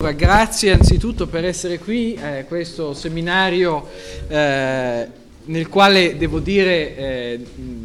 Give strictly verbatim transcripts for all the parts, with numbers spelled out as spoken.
Allora, grazie anzitutto per essere qui, eh, questo seminario eh, nel quale devo dire, eh,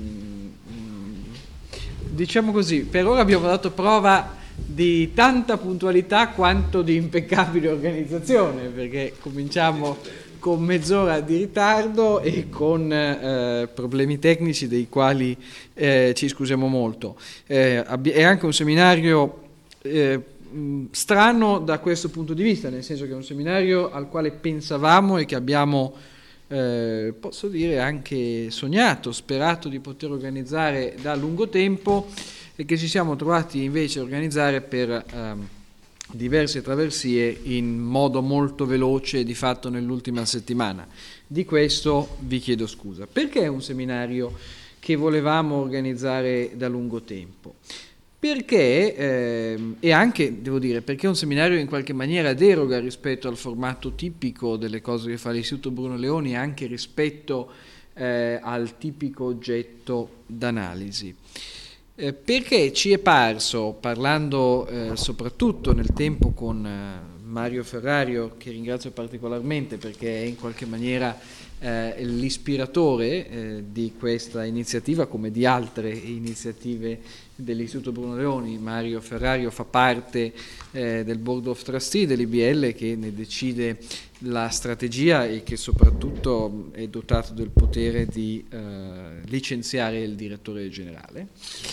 diciamo così, per ora abbiamo dato prova di tanta puntualità quanto di impeccabile organizzazione, perché cominciamo con mezz'ora di ritardo e con eh, problemi tecnici dei quali eh, ci scusiamo molto. Eh, è anche un seminario eh, strano da questo punto di vista, nel senso che è un seminario al quale pensavamo e che abbiamo, eh, posso dire, anche sognato, sperato di poter organizzare da lungo tempo, e che ci siamo trovati invece a organizzare per ehm, diverse traversie in modo molto veloce, di fatto nell'ultima settimana. Di questo vi chiedo scusa. Perché è un seminario che volevamo organizzare da lungo tempo? Perché, eh, e anche, devo dire, perché un seminario in qualche maniera deroga rispetto al formato tipico delle cose che fa l'Istituto Bruno Leoni e anche rispetto eh, al tipico oggetto d'analisi. Eh, perché ci è parso, parlando eh, soprattutto nel tempo con eh, Mario Ferrario, che ringrazio particolarmente perché è in qualche maniera eh, l'ispiratore eh, di questa iniziativa, come di altre iniziative dell'Istituto Bruno Leoni. Mario Ferrario fa parte eh, del Board of Trustee dell'I B L, che ne decide la strategia e che soprattutto è dotato del potere di eh, licenziare il direttore generale,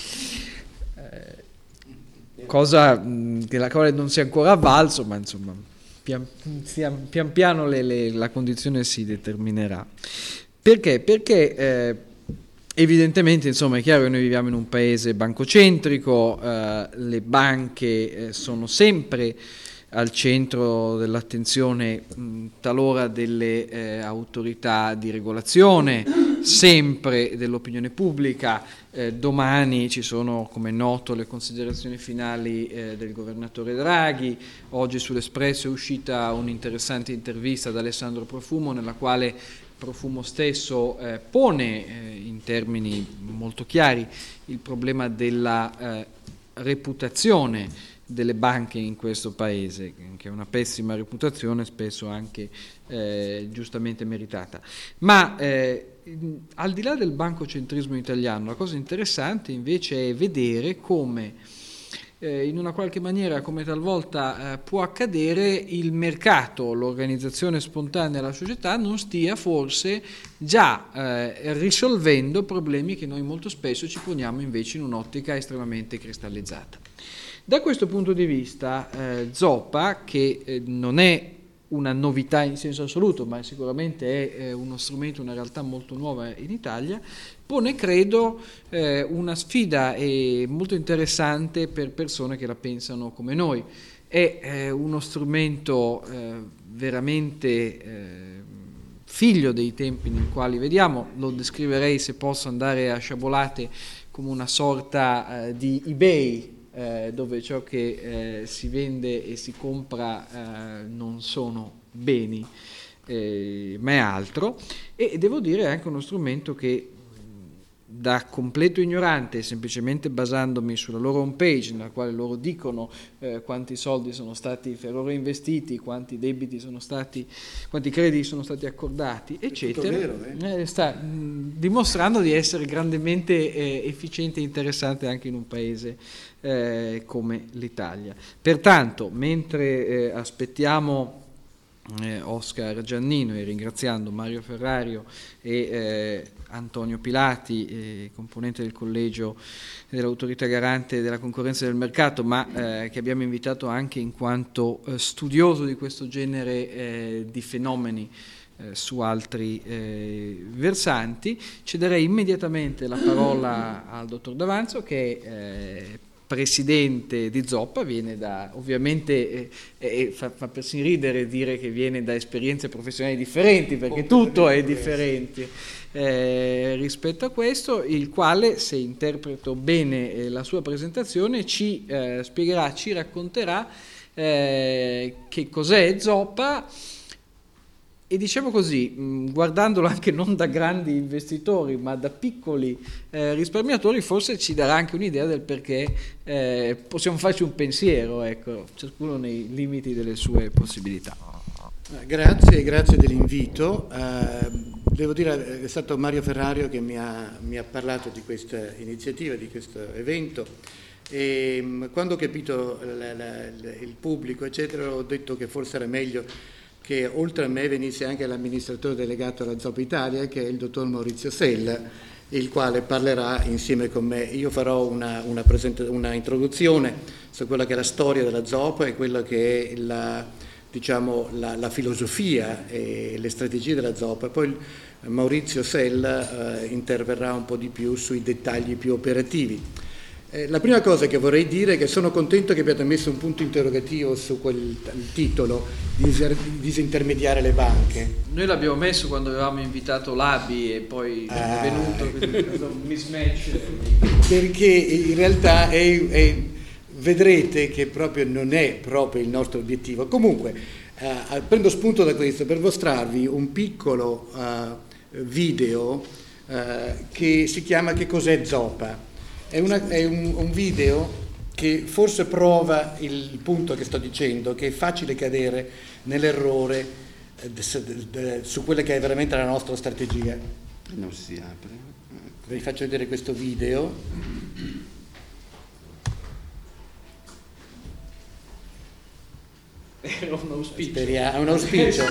eh, cosa mh, della quale non si è ancora avvalso, ma insomma pian pian, pian, piano le, le, la condizione si determinerà. Perché? Perché eh, evidentemente, insomma, è chiaro che noi viviamo in un paese bancocentrico, eh, le banche eh, sono sempre al centro dell'attenzione mh, talora delle eh, autorità di regolazione, sempre dell'opinione pubblica. Eh, domani ci sono, come è noto, le considerazioni finali eh, del governatore Draghi. Oggi sull'Espresso è uscita un'interessante intervista da Alessandro Profumo, nella quale Profumo stesso eh, pone eh, in termini molto chiari il problema della eh, reputazione delle banche in questo paese, che è una pessima reputazione, spesso anche eh, giustamente meritata. Ma eh, al di là del bancocentrismo italiano, la cosa interessante invece è vedere come eh, in una qualche maniera, come talvolta eh, può accadere, il mercato, l'organizzazione spontanea della società non stia forse già eh, risolvendo problemi che noi molto spesso ci poniamo invece in un'ottica estremamente cristallizzata. Da questo punto di vista eh, Zoppa, che eh, non è una novità in senso assoluto, ma sicuramente è eh, uno strumento, una realtà molto nuova in Italia, pone, credo, eh, una sfida eh, molto interessante per persone che la pensano come noi. È eh, uno strumento eh, veramente eh, figlio dei tempi nei quali vediamo, lo descriverei, se posso andare a sciabolate, come una sorta eh, di eBay, Eh, dove ciò che eh, si vende e si compra eh, non sono beni, eh, ma è altro, e devo dire è anche uno strumento che, da completo ignorante, semplicemente basandomi sulla loro home page, nella quale loro dicono eh, quanti soldi sono stati per loro investiti, quanti debiti sono stati, quanti crediti sono stati accordati, eccetera, vero, eh? Eh, sta mh, dimostrando di essere grandemente eh, efficiente e interessante anche in un paese eh, come l'Italia. Pertanto, mentre eh, aspettiamo Eh, Oscar Giannino, e ringraziando Mario Ferrario e eh, Antonio Pilati, eh, componente del collegio dell'autorità garante della concorrenza e del mercato, ma eh, che abbiamo invitato anche in quanto eh, studioso di questo genere eh, di fenomeni eh, su altri eh, versanti, cederei immediatamente la parola al dottor D'Avanzo, che eh, presidente di Zoppa, viene da, ovviamente eh, eh, fa, fa persino ridere dire che viene da esperienze professionali differenti, perché tutto è differente eh, rispetto a questo, il quale, se interpreto bene eh, la sua presentazione, ci eh, spiegherà, ci racconterà eh, che cos'è Zoppa, e diciamo così, mh, guardandolo anche non da grandi investitori ma da piccoli eh, risparmiatori, forse ci darà anche un'idea del perché eh, possiamo farci un pensiero, ecco, ciascuno nei limiti delle sue possibilità. Grazie, grazie dell'invito. Uh, devo dire, è stato Mario Ferrario che mi ha, mi ha parlato di questa iniziativa, di questo evento, e um, quando ho capito la, la, la, il pubblico, eccetera, ho detto che forse era meglio che oltre a me venisse anche l'amministratore delegato alla Zoppa Italia, che è il dottor Maurizio Sella, il quale parlerà insieme con me. Io farò una, una, presenta- una introduzione su quella che è la storia della Zoppa e quella che è la, diciamo, la, la filosofia e le strategie della Zoppa. Poi Maurizio Sella eh, interverrà un po' di più sui dettagli più operativi. Eh, la prima cosa che vorrei dire è che sono contento che abbiate messo un punto interrogativo su quel titolo, dis- disintermediare le banche. Noi l'abbiamo messo quando avevamo invitato l'Abi e poi ah. è venuto questo mismatch. Perché in realtà è, è, vedrete che proprio non è proprio il nostro obiettivo. Comunque, eh, prendo spunto da questo per mostrarvi un piccolo uh, video uh, che si chiama Che cos'è Zoppa? È, una, è un, un video che forse prova il punto che sto dicendo, che è facile cadere nell'errore eh, su quella che è veramente la nostra strategia. Non si apre. Vi faccio vedere questo video. È un auspicio. Speriamo, è un auspicio.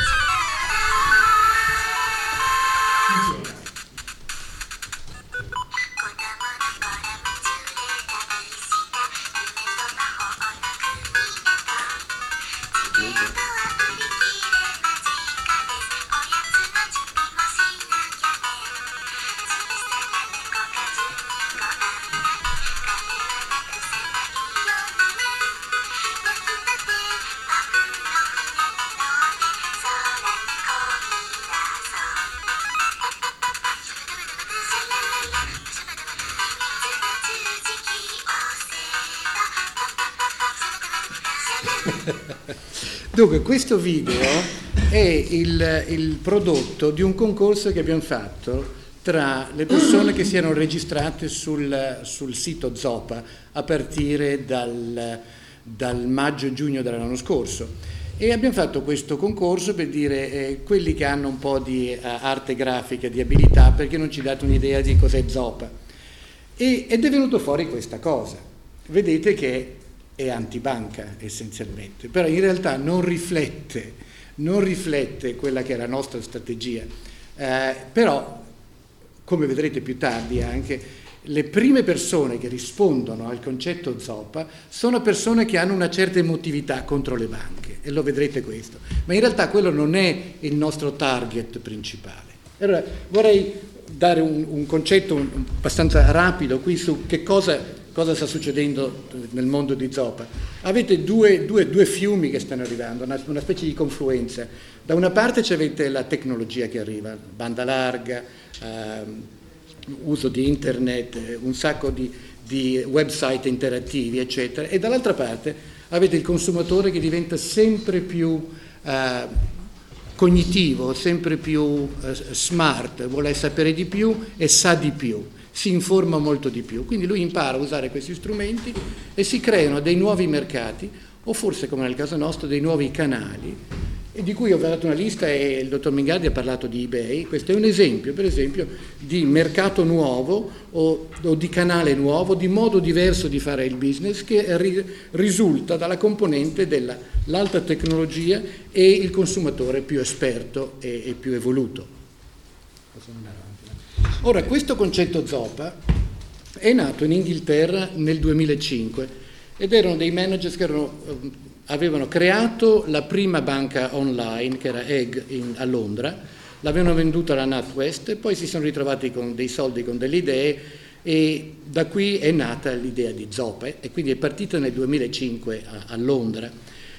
Dunque, questo video è il, il prodotto di un concorso che abbiamo fatto tra le persone che si erano registrate sul, sul sito Zoppa a partire dal, dal maggio-giugno dell'anno scorso. E abbiamo fatto questo concorso per dire eh, quelli che hanno un po' di uh, arte grafica, di abilità, perché non ci date un'idea di cos'è Zoppa. E, ed è venuto fuori questa cosa. Vedete che è antibanca essenzialmente, però in realtà non riflette, non riflette quella che è la nostra strategia. Eh, però, come vedrete più tardi anche, le prime persone che rispondono al concetto Zoppa sono persone che hanno una certa emotività contro le banche, e lo vedrete questo. Ma in realtà quello non è il nostro target principale. Allora, vorrei dare un, un concetto un, abbastanza rapido qui su che cosa... Cosa sta succedendo nel mondo di Zoppa? Avete due, due, due fiumi che stanno arrivando, una, una specie di confluenza. Da una parte avete la tecnologia che arriva, banda larga, ehm, uso di internet, un sacco di, di website interattivi, eccetera, e dall'altra parte avete il consumatore che diventa sempre più eh, cognitivo, sempre più eh, smart, vuole sapere di più e sa di più. Si informa molto di più, quindi lui impara a usare questi strumenti e si creano dei nuovi mercati, o forse come nel caso nostro dei nuovi canali, e di cui ho dato una lista e il dottor Mingardi ha parlato di eBay. Questo è un esempio, per esempio, di mercato nuovo o, o di canale nuovo, di modo diverso di fare il business che ri, risulta dalla componente dell'alta tecnologia e il consumatore più esperto e, e più evoluto. Posso andare avanti? Ora, questo concetto Zoppa è nato in Inghilterra nel duemilacinque ed erano dei manager che erano, avevano creato la prima banca online, che era Egg in, a Londra, l'avevano venduta alla NatWest e poi si sono ritrovati con dei soldi, con delle idee, e da qui è nata l'idea di Zoppa, e quindi è partita nel duemilacinque a, a Londra.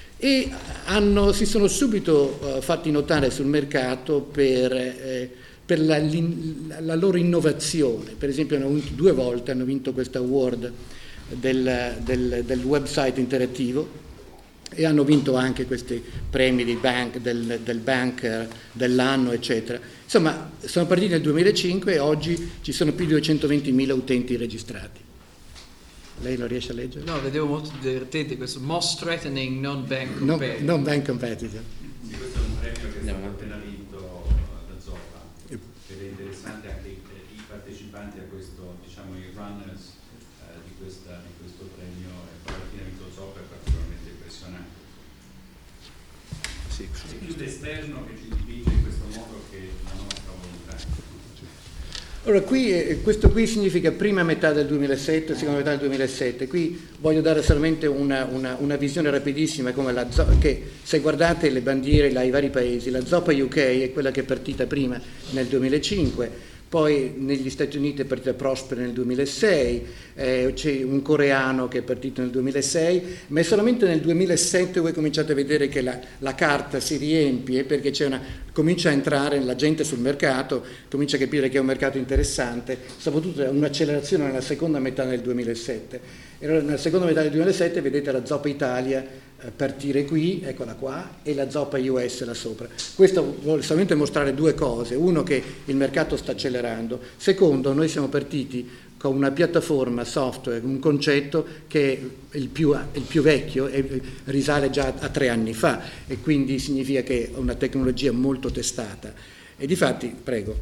E hanno, si sono subito uh, fatti notare sul mercato per... Eh, per la, la loro innovazione. Per esempio hanno vinto due volte, hanno vinto questo award del, del, del website interattivo, e hanno vinto anche questi premi di bank, del, del banker dell'anno, eccetera. Insomma, sono partiti nel duemilacinque e oggi ci sono più di duecentoventimila utenti registrati. Lei lo riesce a leggere? No, vedevo molto divertente questo most threatening non-bank competitor. Non, non bank competitor. Sì, questo è un premio che è stato appena vinto da Zoppa, ed è interessante anche i partecipanti a questo, diciamo i runners eh, di, questa, di questo premio, e poi alla fine ha vinto Zoppa, è particolarmente impressionante. Sì, è più l'esterno che ci dipinge in questo modo che la nostra volontà. Allora, qui, eh, questo qui significa prima metà del duemilasette, seconda metà del duemilasette. Qui voglio dare solamente una, una, una visione rapidissima, come la Zoppa, che se guardate le bandiere là, i vari paesi, la Zoppa U K è quella che è partita prima nel duemilacinque, poi negli Stati Uniti è partita Prosper nel duemilasei, eh, c'è un coreano che è partito nel duemilasei, ma è solamente nel duemilasette voi cominciate a vedere che la, la carta si riempie, perché c'è una, comincia a entrare la gente sul mercato, comincia a capire che è un mercato interessante, soprattutto un'accelerazione nella seconda metà del duemilasette. E allora nella seconda metà del duemilasette vedete la Zoppa Italia partire qui, eccola qua, e la Zoppa U S là sopra. Questo vuole solamente mostrare due cose: uno, che il mercato sta accelerando; secondo, noi siamo partiti con una piattaforma software, un concetto che è il più, il più vecchio e risale già a tre anni fa, e quindi significa che è una tecnologia molto testata. E difatti, prego,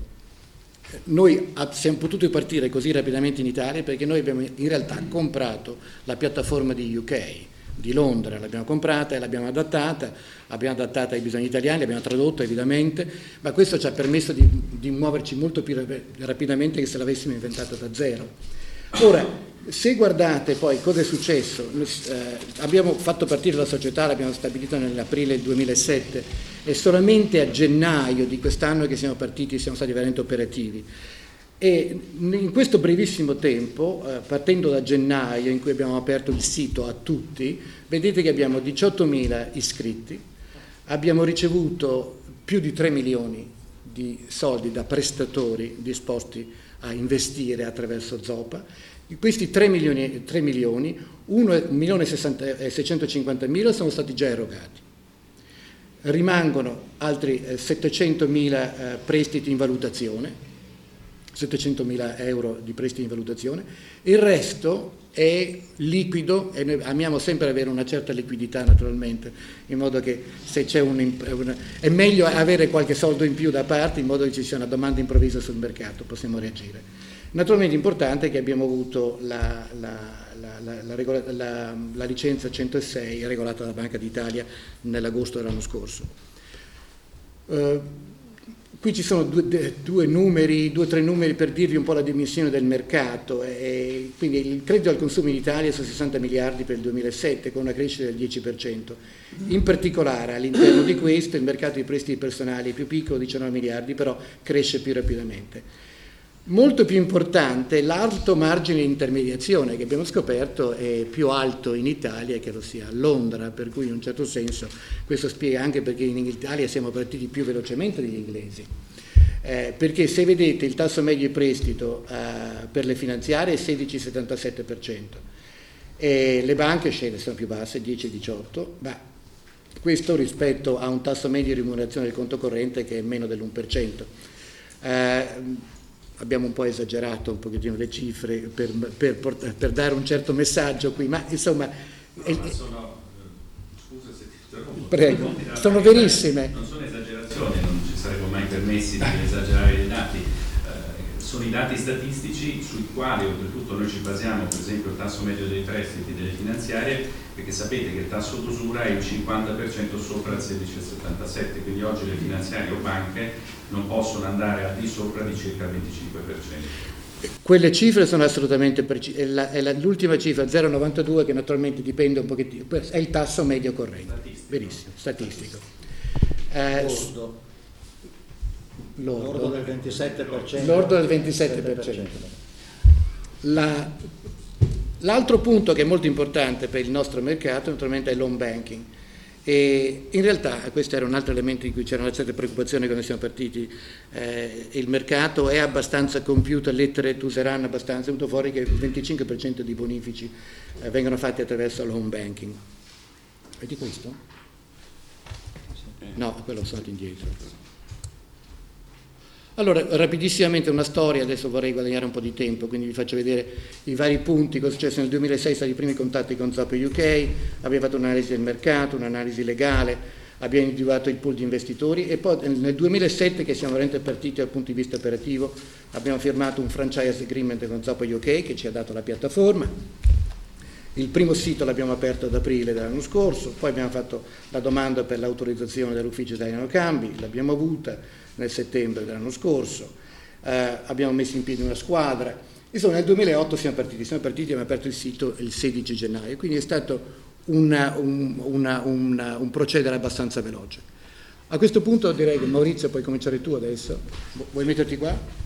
noi siamo potuti partire così rapidamente in Italia perché noi abbiamo in realtà comprato la piattaforma di U K, di Londra, l'abbiamo comprata e l'abbiamo adattata, l'abbiamo adattata ai bisogni italiani, l'abbiamo tradotta evidentemente, ma questo ci ha permesso di, di muoverci molto più rapidamente che se l'avessimo inventata da zero. Ora, se guardate poi cosa è successo, eh, abbiamo fatto partire la società, l'abbiamo stabilita nell'aprile duemilasette e solamente a gennaio di quest'anno che siamo partiti, siamo stati veramente operativi. E in questo brevissimo tempo, eh, partendo da gennaio in cui abbiamo aperto il sito a tutti, vedete che abbiamo diciottomila iscritti, abbiamo ricevuto più di tre milioni di soldi da prestatori disposti a investire attraverso Zoppa. Di questi tre milioni, tre milioni, un milione e seicentocinquantamila sono stati già erogati. Rimangono altri eh, settecentomila eh, prestiti in valutazione, settecentomila euro di prestiti in valutazione, il resto è liquido e noi amiamo sempre avere una certa liquidità naturalmente, in modo che se c'è un, un è meglio avere qualche soldo in più da parte in modo che ci sia una domanda improvvisa sul mercato, possiamo reagire. Naturalmente importante è che abbiamo avuto la, la, la, la, la, regola, la, la licenza centosei regolata dalla Banca d'Italia nell'agosto dell'anno scorso. Uh, Qui ci sono due, due numeri, due o tre numeri per dirvi un po' la dimensione del mercato. E quindi il credito al consumo in Italia sono sessanta miliardi per il duemilasette, con una crescita del dieci per cento. In particolare all'interno di questo il mercato di prestiti personali è più piccolo, diciannove miliardi, però cresce più rapidamente. Molto più importante l'alto margine di intermediazione, che abbiamo scoperto è più alto in Italia che lo sia a Londra, per cui in un certo senso questo spiega anche perché in Italia siamo partiti più velocemente degli inglesi. Eh, perché se vedete il tasso medio di prestito eh, per le finanziarie è sedici virgola settantasette per cento e le banche scende sono più basse, dieci virgola diciotto, ma questo rispetto a un tasso medio di remunerazione del conto corrente che è meno dell'uno per cento. Eh, Abbiamo un po' esagerato un pochettino le cifre per, per, per dare un certo messaggio qui, ma insomma... No, è, ma sono, scusa se ti interrompo. Prego, sono verissime. Non sono esagerazioni, non ci saremmo mai permessi di esagerare i dati. Eh, sono i dati statistici sui quali oltretutto noi ci basiamo, per esempio il tasso medio dei prestiti delle finanziarie, perché sapete che il tasso d'usura è il cinquanta per cento sopra il sedici virgola settantasette, quindi oggi le finanziarie o banche non possono andare al di sopra di circa il venticinque per cento. Quelle cifre sono assolutamente precise, è, la, è la, l'ultima cifra zero virgola novantadue che naturalmente dipende un pochettino, è il tasso medio corrente, statistico. Verissimo, statistico. Eh, Lordo. Lordo. Lordo del ventisette per cento. Lordo del ventisette per cento. La, l'altro punto che è molto importante per il nostro mercato naturalmente è l'home banking. E in realtà questo era un altro elemento in cui c'era una certa preoccupazione quando siamo partiti. Eh, il mercato è abbastanza compiuto, le trade useranno abbastanza, è venuto fuori che il venticinque per cento di bonifici eh, vengono fatti attraverso l'home banking. È di questo? No, quello sono andato indietro. Allora, rapidissimamente una storia, adesso vorrei guadagnare un po' di tempo, quindi vi faccio vedere i vari punti, cosa è successo nel duemilasei, stati i primi contatti con Zopo U K, abbiamo fatto un'analisi del mercato, un'analisi legale, abbiamo individuato il pool di investitori e poi nel duemilasette, che siamo veramente partiti dal punto di vista operativo, abbiamo firmato un franchise agreement con Zopo U K che ci ha dato la piattaforma. Il primo sito l'abbiamo aperto ad aprile dell'anno scorso, poi abbiamo fatto la domanda per l'autorizzazione dell'ufficio italiano cambi, l'abbiamo avuta nel settembre dell'anno scorso, eh, abbiamo messo in piedi una squadra, insomma nel duemilaotto siamo partiti, siamo partiti e abbiamo aperto il sito il sedici gennaio, quindi è stato una, un, una, una, un procedere abbastanza veloce. A questo punto direi che Maurizio puoi cominciare tu adesso, vuoi metterti qua?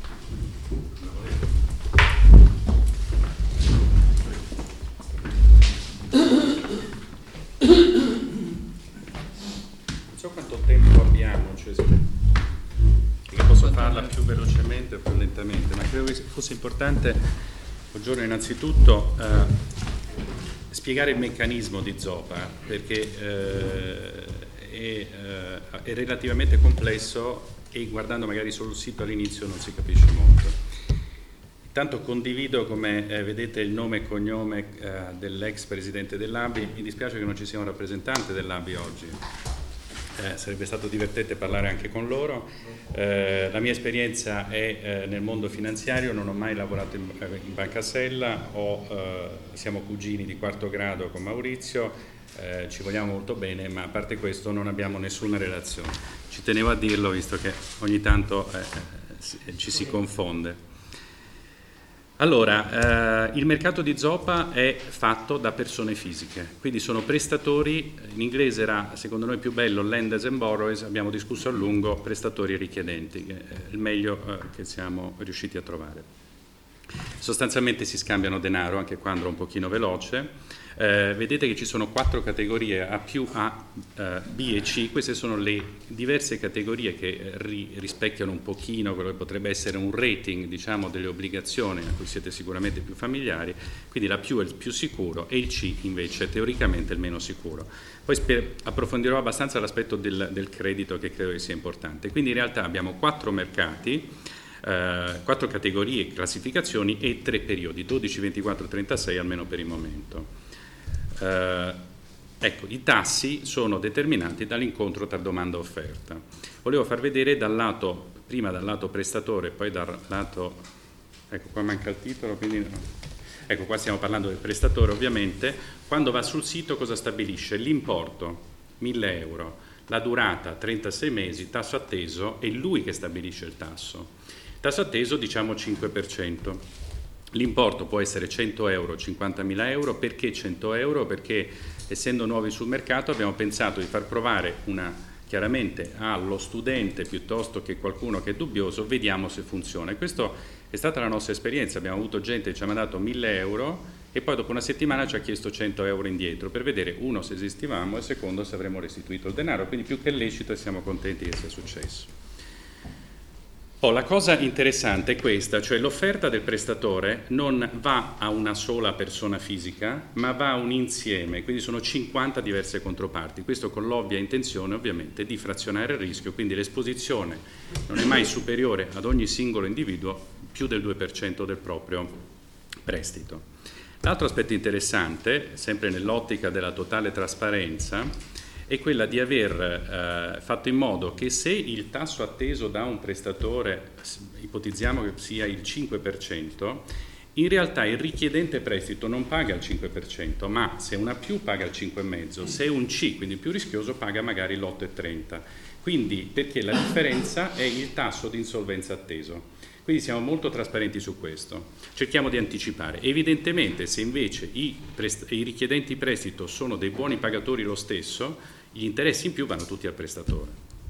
Tempo abbiamo, cioè, che posso farla più velocemente o più lentamente, ma credo che fosse importante, buongiorno, innanzitutto eh, spiegare il meccanismo di Zopa, perché eh, è, eh, è relativamente complesso e guardando magari sul sito all'inizio non si capisce molto. Intanto condivido, come eh, vedete, il nome e cognome eh, dell'ex presidente dell'A B I. Mi dispiace che non ci sia un rappresentante dell'A B I oggi. Eh, sarebbe stato divertente parlare anche con loro. Eh, la mia esperienza è eh, nel mondo finanziario, non ho mai lavorato in, in Banca Sella, ho, eh, siamo cugini di quarto grado con Maurizio, eh, ci vogliamo molto bene, ma a parte questo non abbiamo nessuna relazione. Ci tenevo a dirlo visto che ogni tanto eh, ci si confonde. Allora, eh, il mercato di Zopa è fatto da persone fisiche, quindi sono prestatori, in inglese era secondo noi più bello lenders and borrowers, abbiamo discusso a lungo prestatori e richiedenti, che è il meglio eh, che siamo riusciti a trovare. Sostanzialmente si scambiano denaro, anche qua andrò un pochino veloce. Eh, vedete che ci sono quattro categorie, A più A, eh, B e C. Queste sono le diverse categorie che ri, rispecchiano un pochino quello che potrebbe essere un rating, diciamo, delle obbligazioni a cui siete sicuramente più familiari. Quindi la più è il più sicuro e il C invece è teoricamente il meno sicuro. Poi sper- approfondirò abbastanza l'aspetto del, del credito, che credo che sia importante. Quindi in realtà abbiamo quattro mercati, eh, quattro categorie, classificazioni e tre periodi, dodici, ventiquattro, trentasei almeno per il momento. Uh, ecco, i tassi sono determinati dall'incontro tra domanda e offerta. Volevo far vedere dal lato, prima dal lato prestatore, poi dal lato, ecco qua manca il titolo, quindi no. Ecco qua stiamo parlando del prestatore ovviamente. Quando va sul sito cosa stabilisce? L'importo, mille euro, la durata, trentasei mesi, tasso atteso, è lui che stabilisce il tasso. Tasso atteso diciamo cinque per cento. L'importo può essere cento euro, cinquantamila euro. Perché cento euro? Perché essendo nuovi sul mercato abbiamo pensato di far provare una, chiaramente allo studente piuttosto che qualcuno che è dubbioso, vediamo se funziona. E questa è stata la nostra esperienza, abbiamo avuto gente che ci ha mandato mille euro e poi dopo una settimana ci ha chiesto cento euro indietro per vedere, uno, se esistivamo e secondo, se avremmo restituito il denaro, quindi più che lecito e siamo contenti che sia successo. Oh, la cosa interessante è questa, cioè l'offerta del prestatore non va a una sola persona fisica, ma va a un insieme, quindi sono cinquanta diverse controparti, questo con l'ovvia intenzione ovviamente di frazionare il rischio, quindi l'esposizione non è mai superiore ad ogni singolo individuo più del due per cento del proprio prestito. L'altro aspetto interessante, sempre nell'ottica della totale trasparenza, è quella di aver eh, fatto in modo che se il tasso atteso da un prestatore, ipotizziamo che sia il cinque per cento, in realtà il richiedente prestito non paga il cinque per cento, ma se una più paga il cinque virgola cinque per cento, se è un C, quindi più rischioso, paga magari l'otto virgola trenta per cento. Quindi perché la differenza è il tasso di insolvenza atteso. Quindi siamo molto trasparenti su questo, cerchiamo di anticipare. Evidentemente se invece i, prest- i richiedenti prestito sono dei buoni pagatori lo stesso, gli interessi in più vanno tutti al prestatore.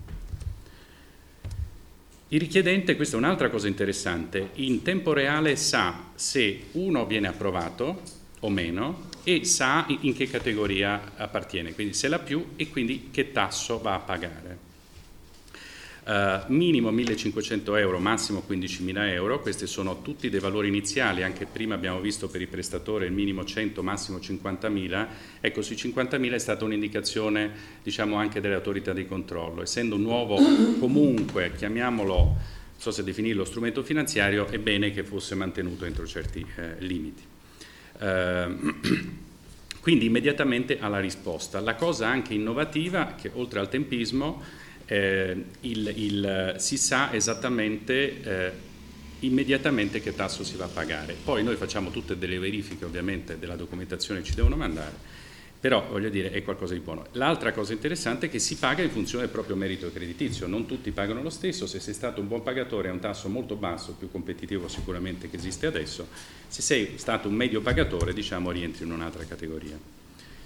Il richiedente, questa è un'altra cosa interessante, in tempo reale sa se uno viene approvato o meno e sa in che categoria appartiene, quindi se la più e quindi che tasso va a pagare. Uh, minimo millecinquecento euro, massimo quindicimila euro, questi sono tutti dei valori iniziali, anche prima abbiamo visto per i prestatori il minimo cento, massimo cinquantamila, ecco sui cinquantamila è stata un'indicazione diciamo anche delle autorità di controllo, essendo un nuovo comunque, chiamiamolo, non so se definirlo strumento finanziario, è bene che fosse mantenuto entro certi eh, limiti. Uh, quindi immediatamente alla risposta. La cosa anche innovativa, che oltre al tempismo, Eh, il, il, si sa esattamente eh, immediatamente che tasso si va a pagare. Poi noi facciamo tutte delle verifiche ovviamente della documentazione che ci devono mandare, però voglio dire è qualcosa di buono. L'altra cosa interessante è che si paga in funzione del proprio merito creditizio, non tutti pagano lo stesso. Se sei stato un buon pagatore a un tasso molto basso, più competitivo sicuramente che esiste adesso, se sei stato un medio pagatore diciamo rientri in un'altra categoria.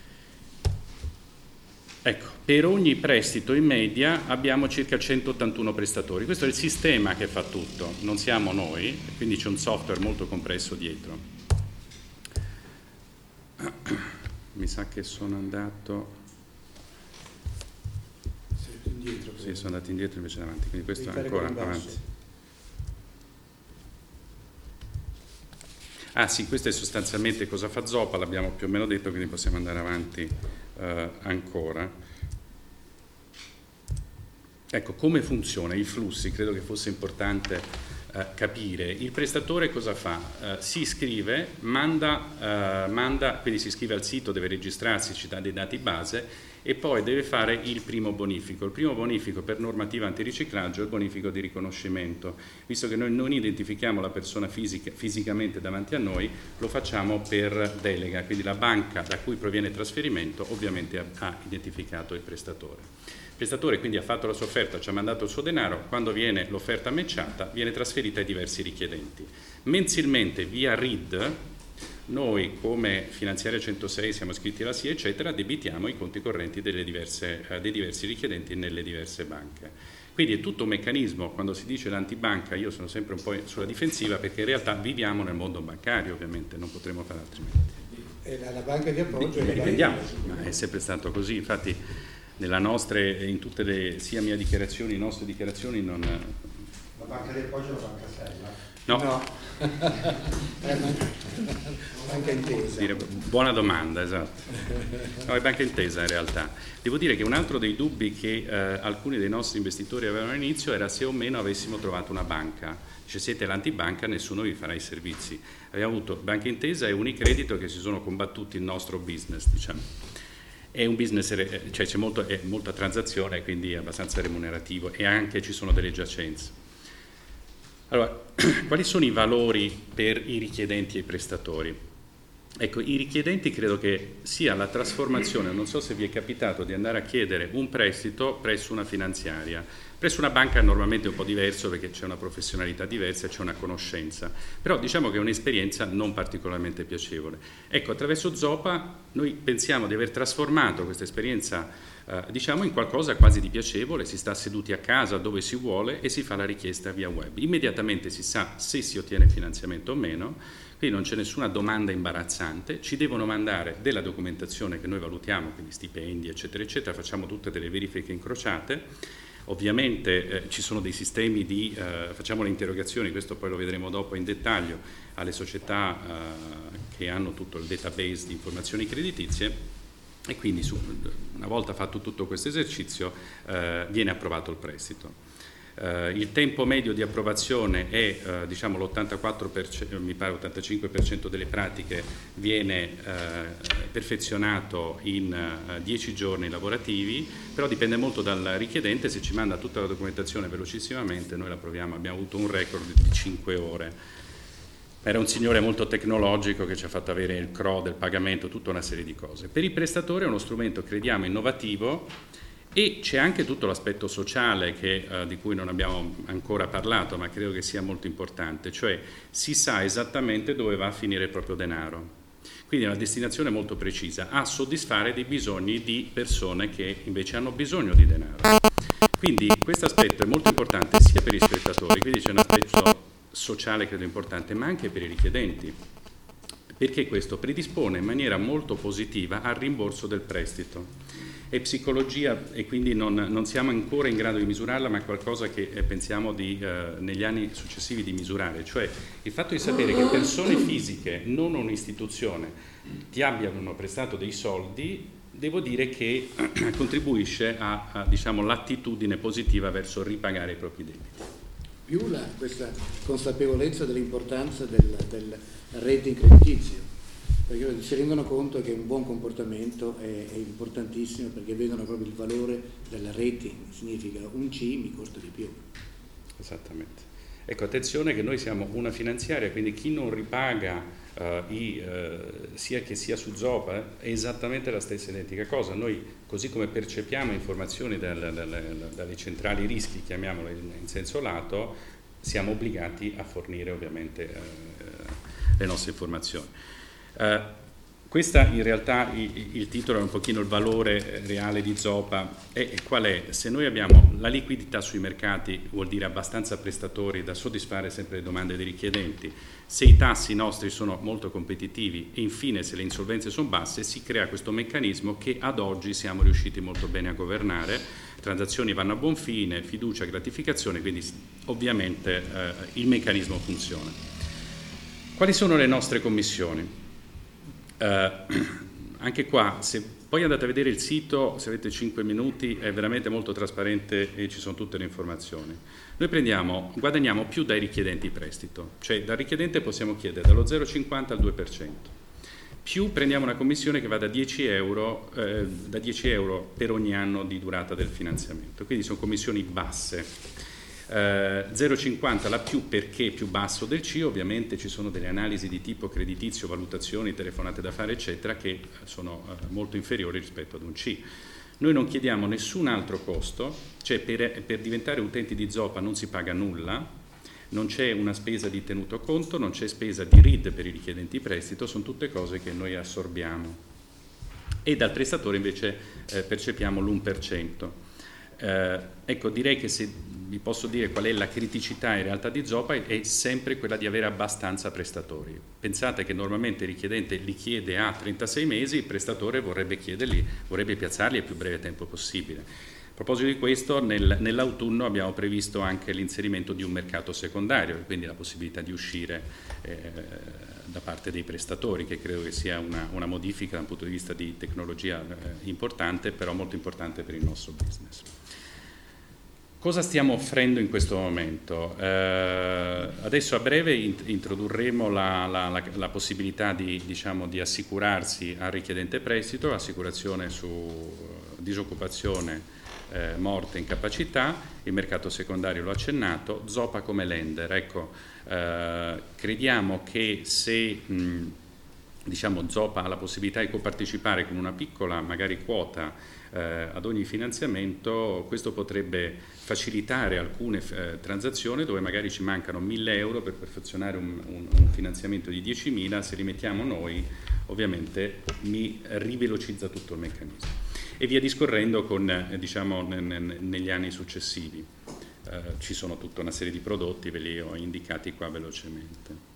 Ecco, per ogni prestito in media abbiamo circa centottantuno prestatori. Questo è il sistema che fa tutto, non siamo noi, quindi c'è un software molto compresso dietro. Mi sa che sono andato... Sei indietro. Sì, sono andato indietro invece davanti, quindi questo è ancora avanti. Ah sì, questo è sostanzialmente cosa fa Zopa, l'abbiamo più o meno detto, quindi possiamo andare avanti uh, ancora. Ecco, come funziona i flussi, credo che fosse importante uh, capire. Il prestatore cosa fa? Uh, si iscrive, manda, uh, manda, quindi si iscrive al sito, deve registrarsi, ci dà dei dati base e poi deve fare il primo bonifico. Il primo bonifico per normativa antiriciclaggio è il bonifico di riconoscimento. Visto che noi non identifichiamo la persona fisica, fisicamente davanti a noi, lo facciamo per delega, quindi la banca da cui proviene il trasferimento ovviamente ha, ha identificato il prestatore. Il prestatore quindi ha fatto la sua offerta, ci ha mandato il suo denaro, quando viene l'offerta matchata viene trasferita ai diversi richiedenti. Mensilmente via R I D, noi come Finanziaria centosei siamo iscritti alla S I A eccetera, debitiamo i conti correnti delle diverse, eh, dei diversi richiedenti nelle diverse banche. Quindi è tutto un meccanismo, quando si dice l'antibanca io sono sempre un po' sulla difensiva perché in realtà viviamo nel mondo bancario ovviamente, non potremo fare altrimenti. E la, la banca di appoggio Li dipendiamo, ma è sempre stato così, infatti nella nostre, in tutte le, sia mie dichiarazioni, nostre dichiarazioni non... La banca di appoggio è la banca Sella? No. no. Banca Intesa. Dire, buona domanda, esatto. No, è Banca Intesa in realtà. Devo dire che un altro dei dubbi che eh, alcuni dei nostri investitori avevano all'inizio era se o meno avessimo trovato una banca. Dice siete l'antibanca, nessuno vi farà i servizi. Abbiamo avuto Banca Intesa e Unicredito che si sono combattuti il nostro business, diciamo. È un business, cioè c'è molto, è molta transazione, quindi è abbastanza remunerativo e anche ci sono delle giacenze. Allora, quali sono i valori per i richiedenti e i prestatori? Ecco, i richiedenti credo che sia la trasformazione, non so se vi è capitato di andare a chiedere un prestito presso una finanziaria. Presso una banca è normalmente un po' diverso perché c'è una professionalità diversa, c'è una conoscenza, però diciamo che è un'esperienza non particolarmente piacevole. Ecco, attraverso Zopa noi pensiamo di aver trasformato questa esperienza eh, diciamo in qualcosa quasi di piacevole, si sta seduti a casa dove si vuole e si fa la richiesta via web. Immediatamente si sa se si ottiene finanziamento o meno, quindi non c'è nessuna domanda imbarazzante, ci devono mandare della documentazione che noi valutiamo, quindi stipendi eccetera eccetera, facciamo tutte delle verifiche incrociate. Ovviamente eh, ci sono dei sistemi di, eh, facciamo le interrogazioni, questo poi lo vedremo dopo in dettaglio, alle società eh, che hanno tutto il database di informazioni creditizie e quindi su, una volta fatto tutto questo esercizio eh, viene approvato il prestito. Uh, il tempo medio di approvazione è uh, diciamo l'ottantaquattro per cento, mi pare ottantacinque per cento delle pratiche viene uh, perfezionato in uh, dieci giorni lavorativi, però dipende molto dal richiedente, se ci manda tutta la documentazione velocissimamente noi la approviamo, abbiamo avuto un record di cinque ore. Era un signore molto tecnologico che ci ha fatto avere il C R O del pagamento, tutta una serie di cose. Per i prestatori è uno strumento, crediamo, innovativo. E c'è anche tutto l'aspetto sociale che, eh, di cui non abbiamo ancora parlato, ma credo che sia molto importante, cioè si sa esattamente dove va a finire il proprio denaro. Quindi è una destinazione molto precisa, a soddisfare dei bisogni di persone che invece hanno bisogno di denaro. Quindi questo aspetto è molto importante sia per i spettatori, quindi c'è un aspetto sociale credo importante, ma anche per i richiedenti, perché questo predispone in maniera molto positiva al rimborso del prestito. è psicologia e quindi non, non siamo ancora in grado di misurarla, ma è qualcosa che eh, pensiamo di, eh, negli anni successivi di misurare, cioè il fatto di sapere che persone fisiche, non un'istituzione, ti abbiano prestato dei soldi, devo dire che contribuisce a, a diciamo, l'attitudine positiva verso ripagare i propri debiti. Più la, questa consapevolezza dell'importanza del, del rating creditizio, perché si rendono conto che un buon comportamento è, è importantissimo, perché vedono proprio il valore del rating, significa un C mi costa di più. Esattamente. Ecco, attenzione che noi siamo una finanziaria, quindi chi non ripaga uh, i, uh, sia che sia su Zopa eh, è esattamente la stessa identica cosa. Noi, così come percepiamo informazioni dal, dal, dalle centrali rischi, chiamiamole in, in senso lato, siamo obbligati a fornire ovviamente uh, le nostre informazioni. Uh, questa in realtà il, il titolo è un pochino il valore reale di Zopa e, e qual è? Se noi abbiamo la liquidità sui mercati, vuol dire abbastanza prestatori da soddisfare sempre le domande dei richiedenti, se i tassi nostri sono molto competitivi e infine se le insolvenze sono basse, si crea questo meccanismo che ad oggi siamo riusciti molto bene a governare, transazioni vanno a buon fine, fiducia, gratificazione, quindi ovviamente eh, il meccanismo funziona. Quali sono le nostre commissioni? Uh, anche qua, se poi andate a vedere il sito, se avete cinque minuti, è veramente molto trasparente e ci sono tutte le informazioni. Noi prendiamo, guadagniamo più dai richiedenti prestito, cioè dal richiedente possiamo chiedere dallo zero virgola cinquanta al due per cento, più prendiamo una commissione che va da dieci euro, eh, da dieci euro per ogni anno di durata del finanziamento, quindi sono commissioni basse. Uh, zero virgola cinquanta la più perché più basso del C, ovviamente ci sono delle analisi di tipo creditizio, valutazioni, telefonate da fare eccetera che sono uh, molto inferiori rispetto ad un C. Noi non chiediamo nessun altro costo, cioè per, per diventare utenti di Zopa non si paga nulla, non c'è una spesa di tenuto conto, non c'è spesa di R I D per i richiedenti prestito, sono tutte cose che noi assorbiamo e dal prestatore invece eh, percepiamo l'uno per cento. Eh, ecco, direi che se vi posso dire qual è la criticità in realtà di Zopa è sempre quella di avere abbastanza prestatori. Pensate che normalmente il richiedente li chiede a trentasei mesi, il prestatore vorrebbe chiederli, vorrebbe piazzarli al più breve tempo possibile. A proposito di questo, nel, nell'autunno abbiamo previsto anche l'inserimento di un mercato secondario, quindi la possibilità di uscire eh, da parte dei prestatori, che credo che sia una, una modifica da un punto di vista di tecnologia eh, importante, però molto importante per il nostro business. Cosa stiamo offrendo in questo momento? Eh, adesso a breve int- introdurremo la, la, la, la possibilità di, diciamo, di assicurarsi al richiedente prestito, assicurazione su uh, disoccupazione, eh, morte, incapacità, il mercato secondario l'ho accennato, Zopa come lender. Ecco, eh, crediamo che se mh, diciamo, Zopa ha la possibilità di copartecipare con una piccola magari quota Eh, ad ogni finanziamento, questo potrebbe facilitare alcune eh, transazioni dove magari ci mancano mille euro per perfezionare un, un, un finanziamento di diecimila, se li mettiamo noi ovviamente mi rivelocizza tutto il meccanismo e via discorrendo con eh, diciamo ne, ne, negli anni successivi. Eh, ci sono tutta una serie di prodotti, ve li ho indicati qua velocemente.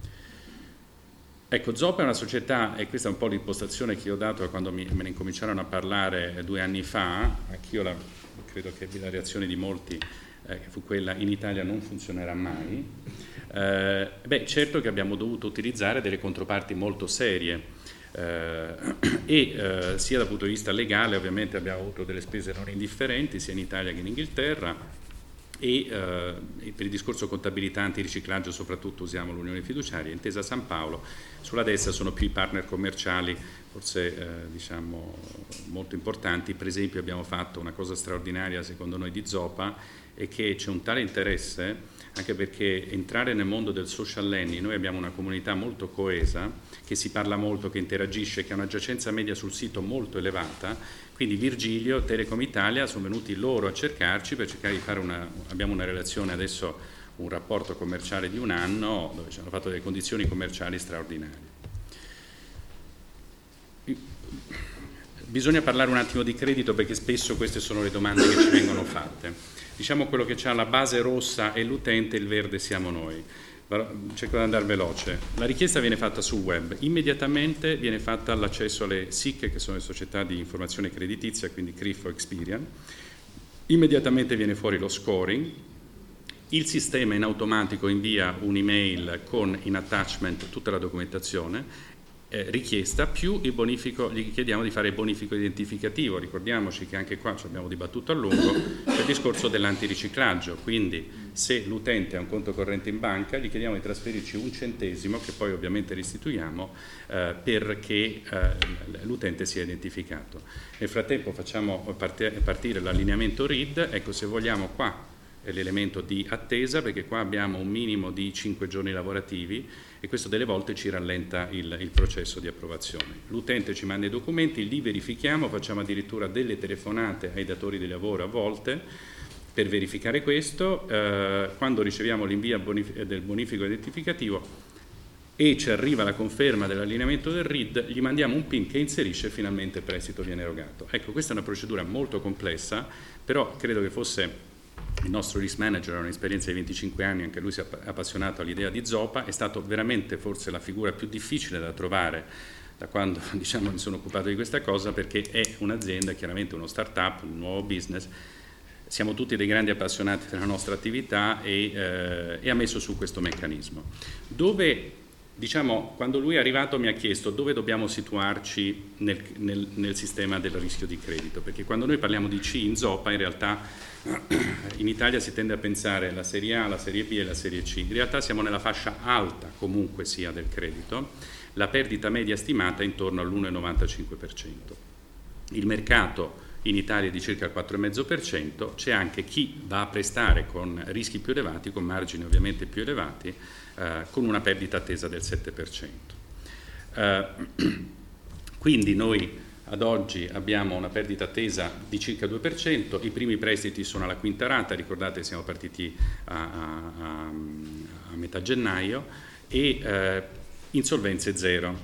Ecco, Zopa è una società, e questa è un po' l'impostazione che io ho dato quando mi, me ne incominciarono a parlare due anni fa, anch'io la, credo che la reazione di molti eh, fu quella: in Italia non funzionerà mai. Eh, beh, certo che abbiamo dovuto utilizzare delle controparti molto serie eh, e eh, sia dal punto di vista legale ovviamente abbiamo avuto delle spese non indifferenti sia in Italia che in Inghilterra. E, eh, e per il discorso contabilità antiriciclaggio soprattutto usiamo l'Unione Fiduciaria, Intesa San Paolo. Sulla destra sono più i partner commerciali, forse eh, diciamo molto importanti. Per esempio abbiamo fatto una cosa straordinaria secondo noi di Zopa, è che c'è un tale interesse, anche perché entrare nel mondo del social lending, noi abbiamo una comunità molto coesa, che si parla molto, che interagisce, che ha una giacenza media sul sito molto elevata. Quindi Virgilio, Telecom Italia sono venuti loro a cercarci per cercare di fare una, abbiamo una relazione adesso, un rapporto commerciale di un anno dove ci hanno fatto delle condizioni commerciali straordinarie. Bisogna parlare un attimo di credito perché spesso queste sono le domande che ci vengono fatte. Diciamo quello che c'ha la base rossa è l'utente, il verde siamo noi. cerco di andare veloce. La richiesta viene fatta sul web, immediatamente viene fatta l'accesso alle S I C, che sono le società di informazione creditizia, quindi C R I F o Experian, immediatamente viene fuori lo scoring, il sistema in automatico invia un'email con in attachment tutta la documentazione eh, richiesta, più il bonifico, gli chiediamo di fare il bonifico identificativo. Ricordiamoci che anche qua ci abbiamo dibattuto a lungo il discorso dell'antiriciclaggio, quindi se l'utente ha un conto corrente in banca gli chiediamo di trasferirci un centesimo, che poi ovviamente restituiamo, eh, perché eh, l'utente sia identificato. Nel frattempo facciamo partire l'allineamento R I D, ecco, se vogliamo qua è l'elemento di attesa, perché qua abbiamo un minimo di cinque giorni lavorativi e questo delle volte ci rallenta il, il processo di approvazione. L'utente ci manda i documenti, li verifichiamo, facciamo addirittura delle telefonate ai datori di lavoro a volte per verificare questo. Eh, quando riceviamo l'invio bonif- del bonifico identificativo e ci arriva la conferma dell'allineamento del R I D, gli mandiamo un PIN che inserisce e finalmente il prestito viene erogato. Ecco, questa è una procedura molto complessa, però credo che fosse il nostro risk manager, ha un'esperienza di venticinque anni, anche lui si è appassionato all'idea di Zopa, è stato veramente forse la figura più difficile da trovare da quando diciamo, mi sono occupato di questa cosa, perché è un'azienda, chiaramente uno start-up, un nuovo business, siamo tutti dei grandi appassionati della nostra attività e, eh, e ha messo su questo meccanismo. Dove, diciamo, quando lui è arrivato mi ha chiesto dove dobbiamo situarci nel, nel, nel sistema del rischio di credito, perché quando noi parliamo di C in Zopa in realtà in Italia si tende a pensare la serie A, la serie B e la serie C. In realtà siamo nella fascia alta comunque sia del credito, la perdita media stimata è intorno all'uno virgola novantacinque per cento. Il mercato in Italia è di circa il quattro virgola cinque per cento, c'è anche chi va a prestare con rischi più elevati, con margini ovviamente più elevati, eh, con una perdita attesa del sette per cento. Eh, quindi noi ad oggi abbiamo una perdita attesa di circa due per cento, i primi prestiti sono alla quinta rata, ricordate siamo partiti a, a, a metà gennaio, e eh, insolvenze zero.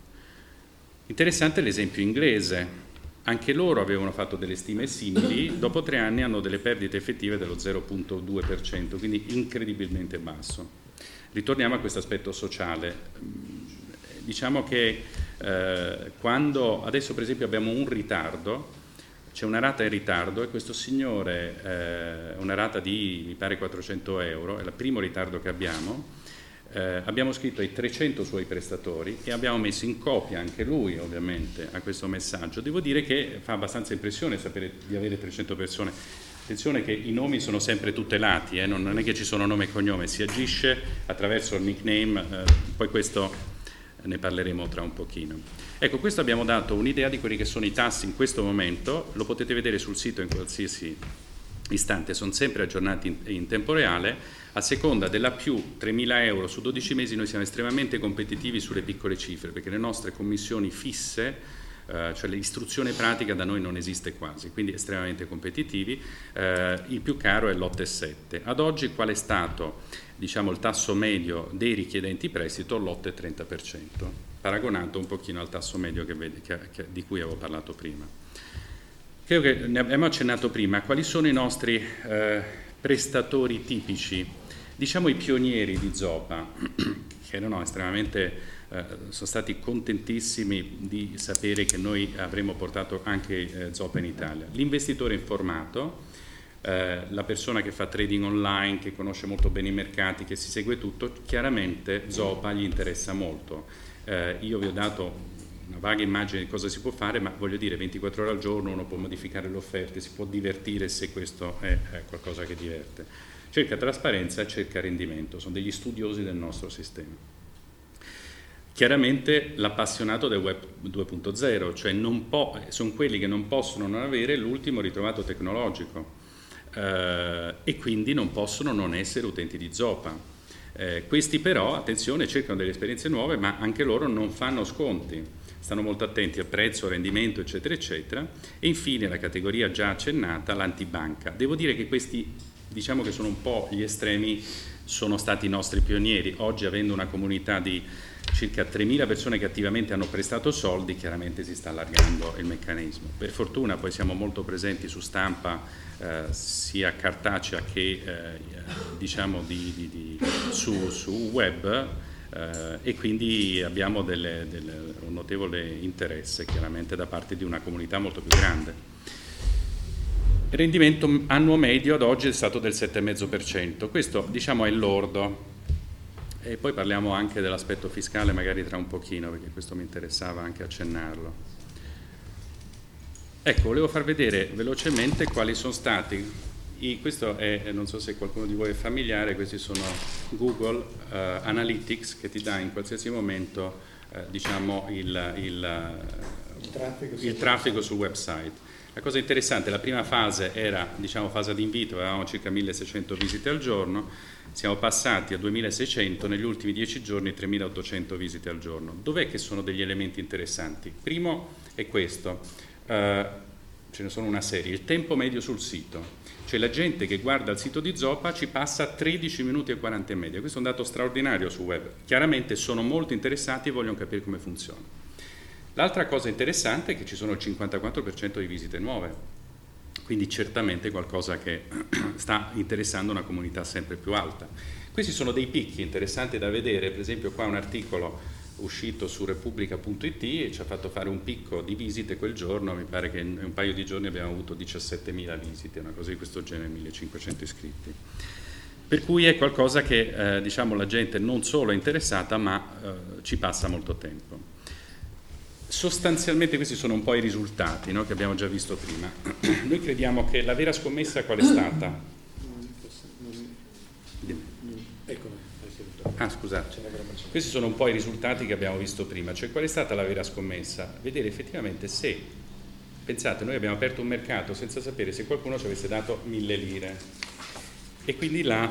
Interessante l'esempio inglese, anche loro avevano fatto delle stime simili, dopo tre anni hanno delle perdite effettive dello zero virgola due per cento, quindi incredibilmente basso. Ritorniamo a questo aspetto sociale. Diciamo che eh, quando adesso per esempio abbiamo un ritardo, c'è una rata in ritardo e questo signore, eh, una rata di mi pare quattrocento euro, è il primo ritardo che abbiamo, eh, abbiamo scritto ai trecento suoi prestatori e abbiamo messo in copia anche lui ovviamente a questo messaggio. Devo dire che fa abbastanza impressione sapere di avere trecento persone. Attenzione che i nomi sono sempre tutelati, eh, non, non è che ci sono nome e cognome, si agisce attraverso il nickname, eh, poi questo ne parleremo tra un pochino. Ecco, questo abbiamo dato un'idea di quelli che sono i tassi in questo momento, lo potete vedere sul sito in qualsiasi istante, sono sempre aggiornati in, in tempo reale. A seconda della più tremila euro su dodici mesi noi siamo estremamente competitivi sulle piccole cifre, perché le nostre commissioni fisse, Uh, cioè l'istruzione pratica da noi non esiste quasi, quindi estremamente competitivi. Uh, il più caro è l'otto virgola sette. Ad oggi qual è stato diciamo, il tasso medio dei richiedenti prestito? l'otto virgola trenta per cento, paragonato un pochino al tasso medio che vede, che, che, di cui avevo parlato prima. Credo che ne abbiamo accennato prima. Quali sono i nostri uh, prestatori tipici? Diciamo i pionieri di Zopa, che erano estremamente... Uh, sono stati contentissimi di sapere che noi avremmo portato anche eh, Zopa in Italia. L'investitore informato, eh, la persona che fa trading online, che conosce molto bene i mercati, che si segue tutto, chiaramente Zopa gli interessa molto. Eh, io vi ho dato una vaga immagine di cosa si può fare, ma voglio dire ventiquattro ore al giorno uno può modificare le offerte, si può divertire se questo è, è qualcosa che diverte. Cerca trasparenza, cerca rendimento, sono degli studiosi del nostro sistema. Chiaramente l'appassionato del web due punto zero, cioè non po- sono quelli che non possono non avere l'ultimo ritrovato tecnologico eh, e quindi non possono non essere utenti di Zopa. Eh, questi però, attenzione, cercano delle esperienze nuove, ma anche loro non fanno sconti, stanno molto attenti a prezzo, rendimento, eccetera, eccetera. E infine la categoria già accennata, l'antibanca. Devo dire che questi, diciamo che sono un po' gli estremi, sono stati i nostri pionieri. Oggi, avendo una comunità di circa tremila persone che attivamente hanno prestato soldi, chiaramente si sta allargando il meccanismo. Per fortuna poi siamo molto presenti su stampa eh, sia cartacea che eh, diciamo di, di, di, su, su web eh, e quindi abbiamo delle, delle, un notevole interesse chiaramente da parte di una comunità molto più grande. Il rendimento annuo medio ad oggi è stato del sette virgola cinque per cento, questo diciamo è il lordo, e poi parliamo anche dell'aspetto fiscale magari tra un pochino, perché questo mi interessava anche accennarlo. Ecco, volevo far vedere velocemente quali sono stati, i, questo è, non so se qualcuno di voi è familiare, questi sono Google uh, Analytics, che ti dà in qualsiasi momento uh, diciamo il, il, il, traffico, il traffico sul website. La cosa interessante, la prima fase era diciamo fase di invito, avevamo circa milleseicento visite al giorno, siamo passati a duemilaseicento, negli ultimi dieci giorni tremilaottocento visite al giorno. Dov'è che sono degli elementi interessanti? Primo è questo, eh, ce ne sono una serie, il tempo medio sul sito, cioè la gente che guarda il sito di Zopa ci passa tredici minuti e quaranta in media, questo è un dato straordinario su web, chiaramente sono molto interessati e vogliono capire come funziona. L'altra cosa interessante è che ci sono il cinquantaquattro per cento di visite nuove, quindi certamente qualcosa che sta interessando una comunità sempre più alta. Questi sono dei picchi interessanti da vedere, per esempio qua un articolo uscito su Repubblica punto it e ci ha fatto fare un picco di visite quel giorno, mi pare che in un paio di giorni abbiamo avuto diciassettemila visite, una cosa di questo genere, millecinquecento iscritti. Per cui è qualcosa che eh, diciamo la gente non solo è interessata ma eh, ci passa molto tempo. Sostanzialmente questi sono un po' i risultati, no, che abbiamo già visto prima. Noi crediamo che la vera scommessa qual è stata? Ah, scusate. Questi sono un po' i risultati che abbiamo visto prima, cioè qual è stata la vera scommessa? Vedere effettivamente se, pensate, noi abbiamo aperto un mercato senza sapere se qualcuno ci avesse dato mille lire e quindi là,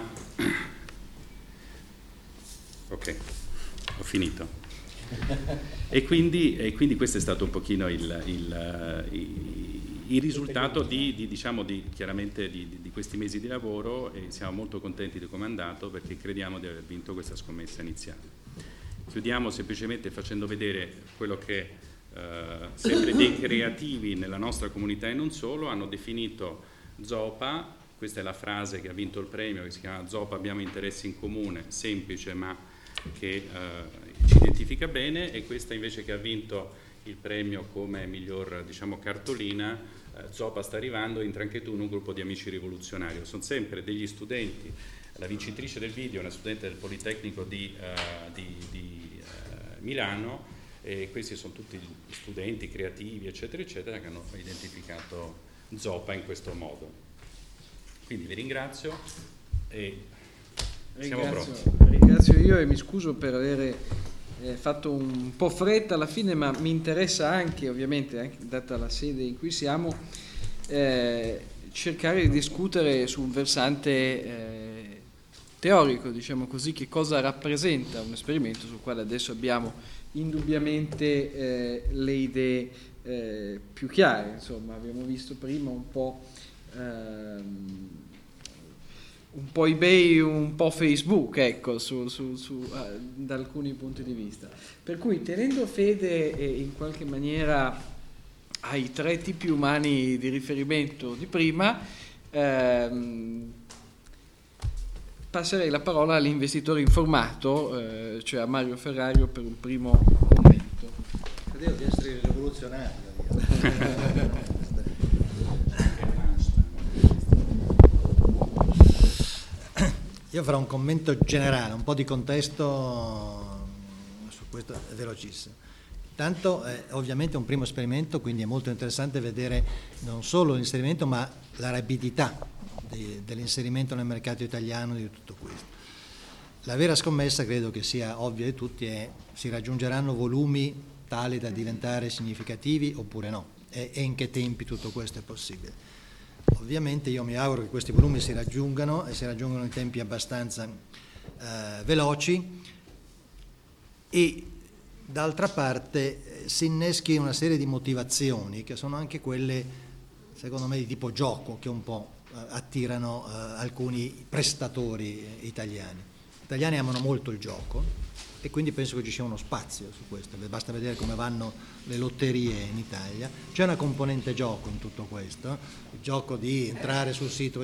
ok, ho finito. E quindi, e quindi questo è stato un pochino il, il, il, il risultato di, di, diciamo di, chiaramente di, di questi mesi di lavoro, e siamo molto contenti di come è andato perché crediamo di aver vinto questa scommessa iniziale. Chiudiamo semplicemente facendo vedere quello che eh, sempre dei creativi nella nostra comunità e non solo hanno definito Zopa. Questa è la frase che ha vinto il premio, che si chiama Zopa abbiamo interessi in comune, semplice ma che eh, ci identifica bene, e questa invece che ha vinto il premio come miglior diciamo cartolina, eh, Zopa sta arrivando, entra anche tu in un gruppo di amici rivoluzionari. Sono sempre degli studenti, la vincitrice del video è una studente del Politecnico di, uh, di, di uh, Milano, e questi sono tutti studenti creativi eccetera eccetera che hanno identificato Zopa in questo modo. Quindi vi ringrazio e siamo ringrazio, pronti. Ringrazio io e mi scuso per avere eh, fatto un po' fretta alla fine, ma mi interessa anche, ovviamente, anche data la sede in cui siamo, eh, cercare di discutere su un versante eh, teorico, diciamo così, che cosa rappresenta un esperimento sul quale adesso abbiamo indubbiamente eh, le idee eh, più chiare. Insomma, abbiamo visto prima un po' ehm, un po' eBay, un po' Facebook, ecco, su, su, su, uh, da alcuni punti di vista. Per cui, tenendo fede eh, in qualche maniera ai tre tipi umani di riferimento di prima, ehm, passerei la parola all'investitore informato, eh, cioè a Mario Ferrario, per un primo commento. Credevo di essere rivoluzionario. Io farò un commento generale, un po' di contesto su questo, è velocissimo. Tanto è ovviamente un primo esperimento, quindi è molto interessante vedere non solo l'inserimento ma la rapidità di, dell'inserimento nel mercato italiano di tutto questo. La vera scommessa, credo che sia ovvia di tutti, è si raggiungeranno volumi tali da diventare significativi oppure no, e, e in che tempi tutto questo è possibile. Ovviamente io mi auguro che questi volumi si raggiungano e si raggiungano in tempi abbastanza eh, veloci, e d'altra parte eh, si inneschi una serie di motivazioni che sono anche quelle, secondo me, di tipo gioco, che un po' eh, attirano eh, alcuni prestatori italiani. italiani amano molto il gioco e quindi penso che ci sia uno spazio su questo, basta vedere come vanno le lotterie in Italia. C'è una componente gioco in tutto questo, il gioco di entrare sul sito,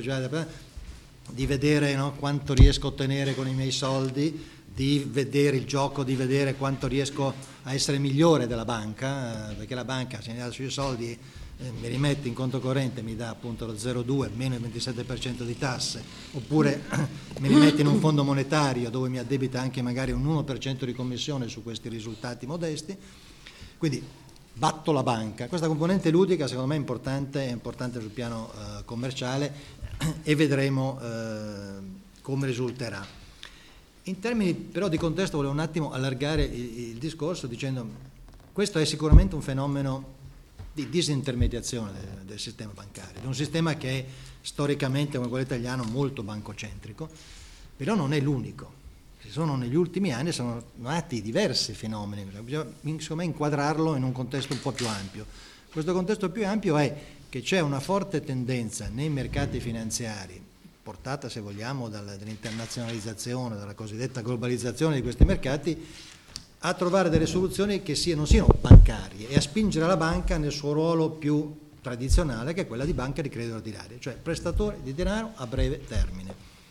di vedere, no, quanto riesco a ottenere con i miei soldi, di vedere il gioco, di vedere quanto riesco a essere migliore della banca, perché la banca se ne dà sui soldi, eh, mi rimette in conto corrente, mi dà appunto lo zero virgola due meno il ventisette per cento di tasse, oppure mi rimette in un fondo monetario dove mi addebita anche magari un uno per cento di commissione su questi risultati modesti. Quindi batto la banca. Questa componente ludica secondo me è importante, è importante sul piano eh, commerciale e vedremo eh, come risulterà. In termini però di contesto volevo un attimo allargare il, il discorso dicendo questo è sicuramente un fenomeno di disintermediazione del, del sistema bancario, di un sistema che è storicamente come quello italiano molto bancocentrico, però non è l'unico. Ci sono negli ultimi anni sono nati diversi fenomeni, bisogna secondo me inquadrarlo in un contesto un po' più ampio. Questo contesto più ampio è che c'è una forte tendenza nei mercati finanziari, portata se vogliamo dall'internazionalizzazione, dalla cosiddetta globalizzazione di questi mercati, a trovare delle soluzioni che siano, non siano bancarie e a spingere la banca nel suo ruolo più tradizionale, che è quella di banca di credito ordinario, cioè prestatore di denaro a breve termine.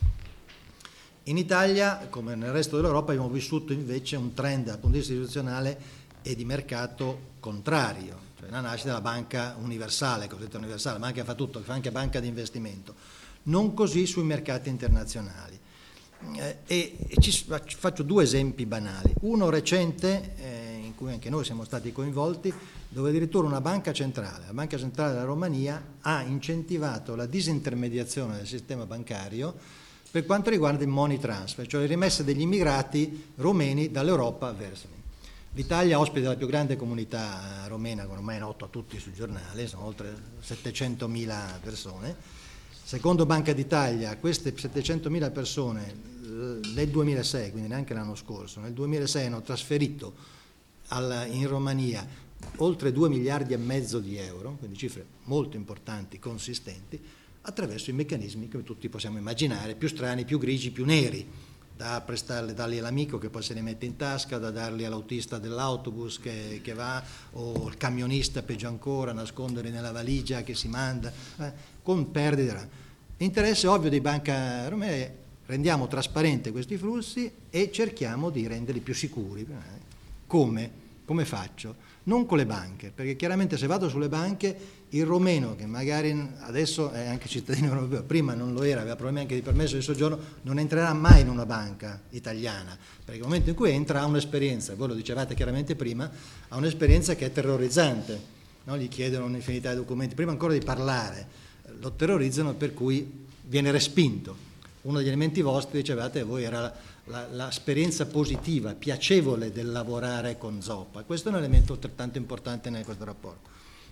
In Italia, come nel resto dell'Europa, abbiamo vissuto invece un trend dal punto di vista istituzionale e di mercato contrario, cioè la nascita della banca universale, cosiddetta universale, ma anche fa tutto, fa anche banca di investimento. Non così sui mercati internazionali. Eh, e, e ci faccio due esempi banali. Uno recente, eh, in cui anche noi siamo stati coinvolti, dove addirittura una banca centrale, la Banca Centrale della Romania, ha incentivato la disintermediazione del sistema bancario per quanto riguarda il money transfer, cioè le rimesse degli immigrati romeni dall'Europa verso lì. L'Italia ospita la più grande comunità romena, come ormai è noto a tutti sul giornale, sono oltre settecentomila persone. Secondo Banca d'Italia, queste settecentomila persone nel duemilasei, quindi neanche l'anno scorso, nel duemilasei hanno trasferito al, in Romania oltre due miliardi e mezzo di euro, quindi cifre molto importanti, consistenti, attraverso i meccanismi che tutti possiamo immaginare, più strani, più grigi, più neri, da prestarli, darli all'amico che poi se li mette in tasca, da darli all'autista dell'autobus che, che va, o il camionista, peggio ancora, nasconderli nella valigia che si manda, eh, con perdite. L'interesse ovvio di Banca Romena è rendiamo trasparenti questi flussi e cerchiamo di renderli più sicuri. Come? Come faccio? Non con le banche, perché chiaramente se vado sulle banche il romeno, che magari adesso è anche cittadino europeo, prima non lo era, aveva problemi anche di permesso di soggiorno, non entrerà mai in una banca italiana, perché nel momento in cui entra ha un'esperienza, voi lo dicevate chiaramente prima, ha un'esperienza che è terrorizzante, no? Gli chiedono un'infinità di documenti, prima ancora di parlare, lo terrorizzano per cui viene respinto. Uno degli elementi vostri, dicevate voi, era la, l'esperienza positiva, piacevole del lavorare con Zoppa. Questo è un elemento altrettanto importante in questo rapporto.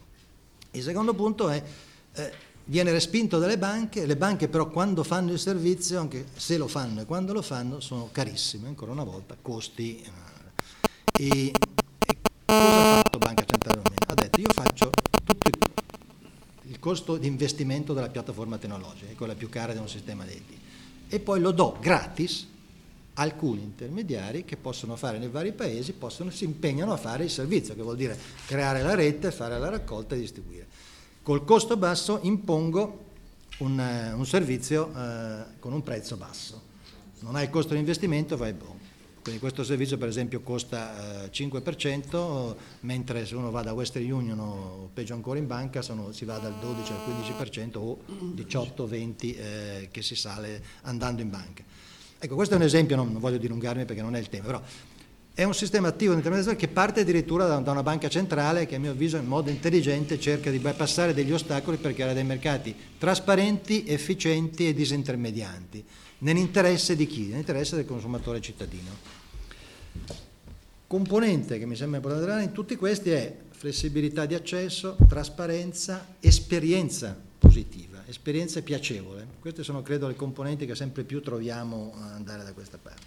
Il secondo punto è, eh, viene respinto dalle banche, le banche però quando fanno il servizio, anche se lo fanno e quando lo fanno, sono carissime, ancora una volta, costi. E, e cosa ha fatto Banca Centrale Romena? Ha detto io faccio tutto il, il costo di investimento della piattaforma tecnologica, che è quella più cara di un sistema denti, e poi lo do gratis a alcuni intermediari che possono fare nei vari paesi, possono, si impegnano a fare il servizio, che vuol dire creare la rete, fare la raccolta e distribuire. Col costo basso impongo un, un servizio eh, con un prezzo basso. Non hai il costo di investimento, vai boh. Quindi questo servizio per esempio costa eh, cinque per cento, mentre se uno va da Western Union o peggio ancora in banca sono, si va dal dodici al quindici per cento o diciotto venti eh, che si sale andando in banca. Ecco, questo è un esempio, non, non voglio dilungarmi perché non è il tema, però è un sistema attivo di intermediazione che parte addirittura da, da una banca centrale che a mio avviso in modo intelligente cerca di bypassare degli ostacoli per creare dei mercati trasparenti, efficienti e disintermedianti, nell'interesse di chi? Nell'interesse del consumatore cittadino. Componente che mi sembra importante in tutti questi è flessibilità di accesso, trasparenza, esperienza positiva, esperienza piacevole. Queste sono credo le componenti che sempre più troviamo a andare da questa parte.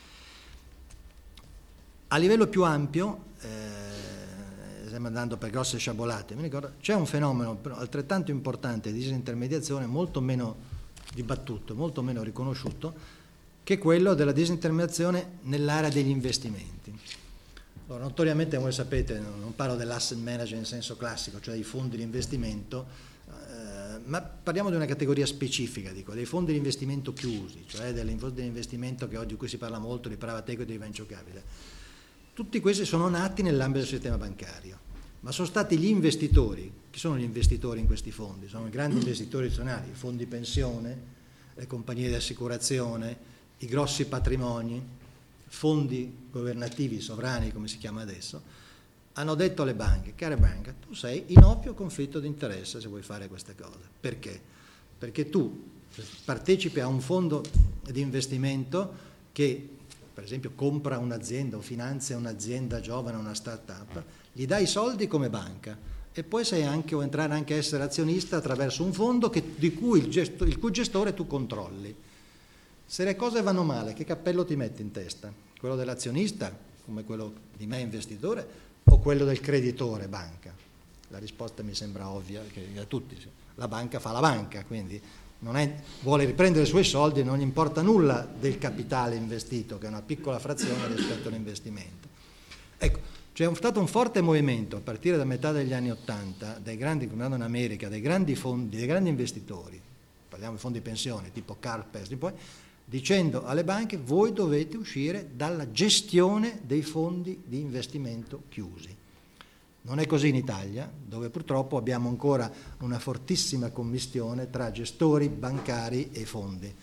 A livello più ampio, eh, stiamo andando per grosse sciabolate, mi ricordo, c'è un fenomeno altrettanto importante di disintermediazione, molto meno dibattuto, molto meno riconosciuto, che è quello della disintermediazione nell'area degli investimenti. Allora, notoriamente, come sapete, non parlo dell'asset manager in senso classico, cioè dei fondi di investimento, eh, ma parliamo di una categoria specifica, dico, dei fondi di investimento chiusi, cioè dei fondi di investimento che oggi di cui si parla molto, di private equity e di venture capital. Tutti questi sono nati nell'ambito del sistema bancario, ma sono stati gli investitori. Chi sono gli investitori in questi fondi? Sono i grandi investitori tradizionali, i fondi pensione, le compagnie di assicurazione, i grossi patrimoni, fondi governativi, sovrani come si chiama adesso, hanno detto alle banche: care banche, tu sei in ovvio conflitto di interesse se vuoi fare queste cose. Perché? Perché tu partecipi a un fondo di investimento che, per esempio, compra un'azienda o finanzia un'azienda giovane, una start-up, gli dai i soldi come banca e poi sei anche o entrare anche a essere azionista attraverso un fondo che, di cui il, gesto, il cui gestore tu controlli. Se le cose vanno male, che cappello ti metti in testa? Quello dell'azionista, come quello di me investitore, o quello del creditore banca? La risposta mi sembra ovvia, che a tutti, la banca fa la banca, quindi non è, vuole riprendere i suoi soldi e non gli importa nulla del capitale investito, che è una piccola frazione rispetto all'investimento. Ecco, c'è stato un forte movimento a partire da metà degli anni Ottanta, dai grandi, come in America, dei grandi fondi, dei grandi investitori, parliamo di fondi di pensione tipo Carpes, poi, dicendo alle banche: voi dovete uscire dalla gestione dei fondi di investimento chiusi. Non è così in Italia, dove purtroppo abbiamo ancora una fortissima commistione tra gestori bancari e fondi.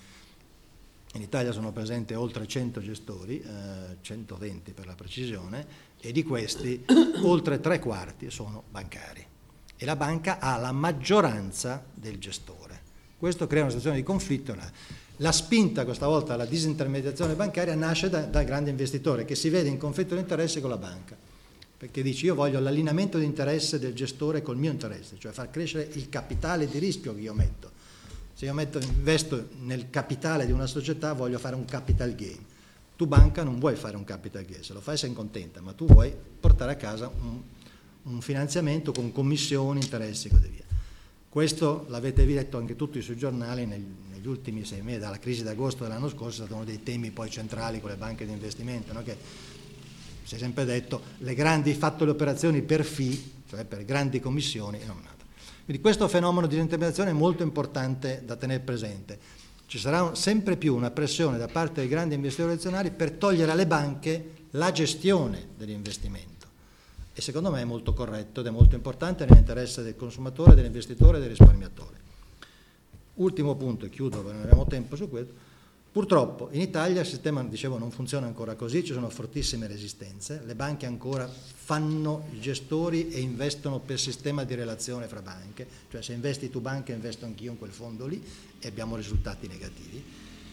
In Italia sono presenti oltre cento gestori, eh, centoventi per la precisione, e di questi oltre tre quarti sono bancari. E la banca ha la maggioranza del gestore. Questo crea una situazione di conflitto. La spinta questa volta alla disintermediazione bancaria nasce da, dal grande investitore che si vede in conflitto di interesse con la banca, perché dice: io voglio l'allineamento di interesse del gestore col mio interesse, cioè far crescere il capitale di rischio che io metto. Se io metto, investo nel capitale di una società, voglio fare un capital gain. Tu banca non vuoi fare un capital gain, se lo fai sei contenta, ma tu vuoi portare a casa un, un finanziamento con commissioni, interessi e così via. Questo l'avete letto anche tutti sui giornali nel, negli ultimi sei mesi, dalla crisi d'agosto dell'anno scorso, è stato uno dei temi poi centrali con le banche di investimento, no? Che si è sempre detto: le grandi, fatto le operazioni per fee, cioè per grandi commissioni, e non altro. Quindi questo fenomeno di disintermediazione è molto importante da tenere presente. Ci sarà un, sempre più una pressione da parte dei grandi investitori azionari per togliere alle banche la gestione dell'investimento. E secondo me è molto corretto ed è molto importante nell'interesse del consumatore, dell'investitore e del risparmiatore. Ultimo punto, e chiudo perché non abbiamo tempo su questo. Purtroppo in Italia il sistema, dicevo, non funziona ancora così, ci sono fortissime resistenze, le banche ancora fanno i gestori e investono per sistema di relazione fra banche, cioè se investi tu banca investo anch'io in quel fondo lì e abbiamo risultati negativi.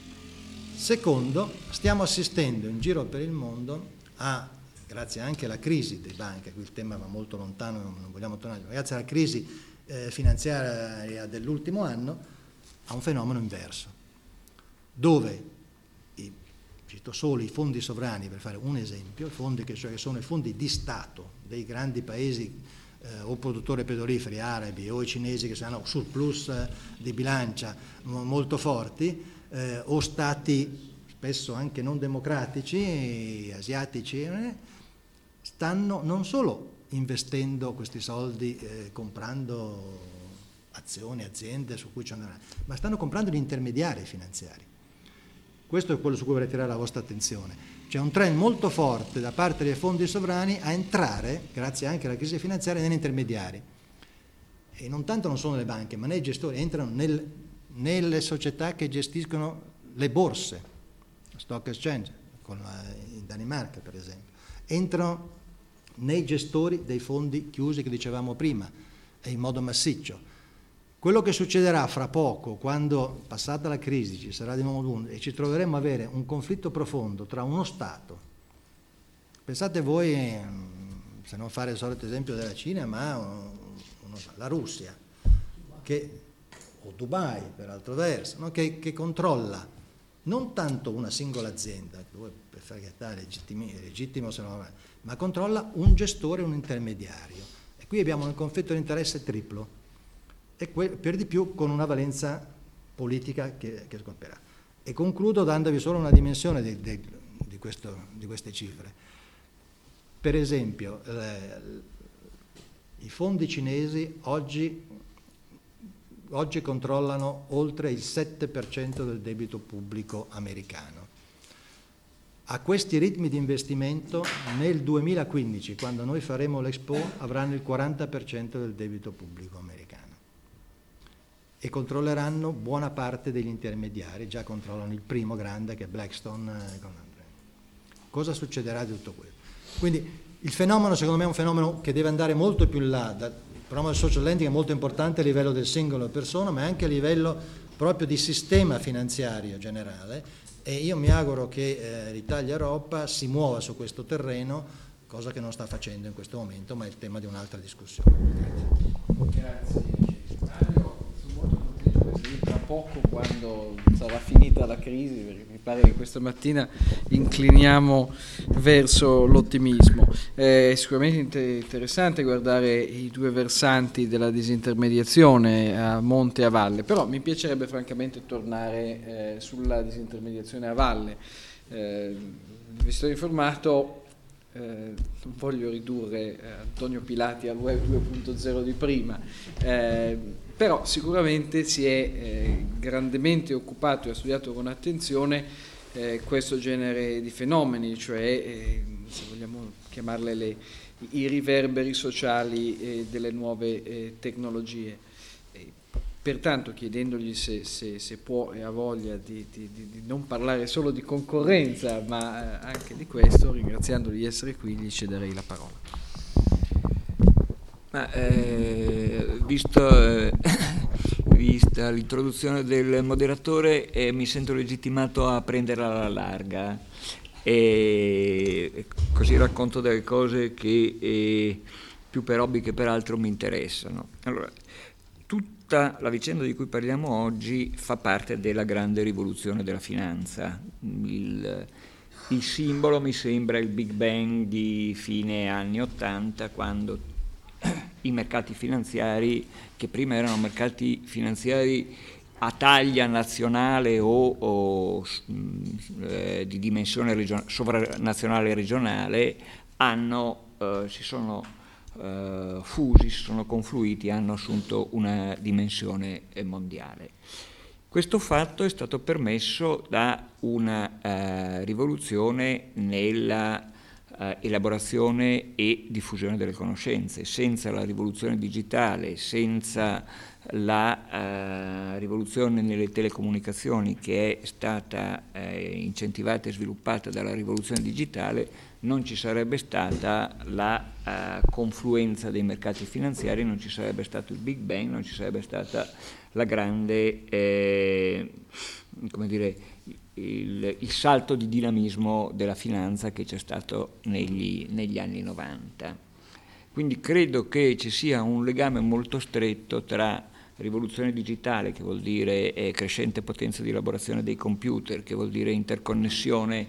Secondo, stiamo assistendo in giro per il mondo a, grazie anche alla crisi delle banche, qui il tema va molto lontano, non vogliamo tornare, grazie alla crisi eh, finanziaria dell'ultimo anno, a un fenomeno inverso, dove, i, cito solo i fondi sovrani per fare un esempio, i fondi che, cioè, che sono i fondi di Stato dei grandi paesi eh, o produttori petroliferi arabi o i cinesi che hanno surplus eh, di bilancia m- molto forti, eh, o stati spesso anche non democratici, asiatici, eh, stanno non solo investendo questi soldi, eh, comprando azioni, aziende su cui c'è una, ma stanno comprando gli intermediari finanziari. Questo è quello su cui vorrei tirare la vostra attenzione. C'è un trend molto forte da parte dei fondi sovrani a entrare, grazie anche alla crisi finanziaria, negli intermediari. E non tanto non sono le banche, ma nei gestori, entrano nel, nelle società che gestiscono le borse, stock exchange, con la, in Danimarca per esempio. Entrano nei gestori dei fondi chiusi che dicevamo prima, e in modo massiccio. Quello che succederà fra poco, quando passata la crisi ci sarà di nuovo uno e ci troveremo a avere un conflitto profondo tra uno Stato, pensate voi, se non fare il solito esempio della Cina, ma uno, la Russia, che, o Dubai per altro verso, no? che, che controlla non tanto una singola azienda, per far carità è legittimo se no, ma controlla un gestore, un intermediario. E qui abbiamo un conflitto di interesse triplo, e que- per di più con una valenza politica che, che scolperà. E concludo dandovi solo una dimensione di, di, di, questo, di queste cifre. Per esempio, eh, i fondi cinesi oggi, oggi controllano oltre il sette per cento del debito pubblico americano. A questi ritmi di investimento nel duemilaquindici, quando noi faremo l'Expo, avranno il quaranta per cento del debito pubblico americano e controlleranno buona parte degli intermediari, già controllano il primo grande che è Blackstone. Cosa succederà di tutto questo? Quindi il fenomeno secondo me è un fenomeno che deve andare molto più in là. Il programma del social lending è molto importante a livello del singolo persona, ma anche a livello proprio di sistema finanziario generale. E io mi auguro che eh, l'Italia Europa si muova su questo terreno, cosa che non sta facendo in questo momento, ma è il tema di un'altra discussione. Grazie. Grazie Mario, sono molto contento che tra poco, quando sarà finita la crisi, perché mi pare che questa mattina incliniamo verso l'ottimismo. È sicuramente interessante guardare i due versanti della disintermediazione a monte e a valle, però mi piacerebbe francamente tornare eh, sulla disintermediazione a valle. Eh, investitore informato, eh, non voglio ridurre eh, Antonio Pilati al web due punto zero di prima, eh, però sicuramente si è eh, grandemente occupato e ha studiato con attenzione Eh, questo genere di fenomeni, cioè eh, se vogliamo chiamarle le, i riverberi sociali eh, delle nuove eh, tecnologie. E, pertanto chiedendogli se, se, se può e ha voglia di, di, di non parlare solo di concorrenza, ma eh, anche di questo, ringraziandoli di essere qui, gli cederei la parola. Ma, eh, visto... Eh, vista l'introduzione del moderatore, eh, mi sento legittimato a prenderla alla larga e così racconto delle cose che eh, più per hobby che per altro mi interessano. Allora, tutta la vicenda di cui parliamo oggi fa parte della grande rivoluzione della finanza. Il, il simbolo mi sembra il Big Bang di fine anni ottanta, quando i mercati finanziari, che prima erano mercati finanziari a taglia nazionale o, o eh, di dimensione region- sovranazionale e regionale, hanno, eh, si sono eh, fusi, si sono confluiti, hanno assunto una dimensione mondiale. Questo fatto è stato permesso da una eh, rivoluzione nella Uh, elaborazione e diffusione delle conoscenze. Senza la rivoluzione digitale, senza la uh, rivoluzione nelle telecomunicazioni, che è stata uh, incentivata e sviluppata dalla rivoluzione digitale, non ci sarebbe stata la uh, confluenza dei mercati finanziari, non ci sarebbe stato il Big Bang, non ci sarebbe stata la grande, eh, come dire, Il, il salto di dinamismo della finanza che c'è stato negli, negli anni novanta. Quindi credo che ci sia un legame molto stretto tra rivoluzione digitale, che vuol dire eh, crescente potenza di elaborazione dei computer, che vuol dire interconnessione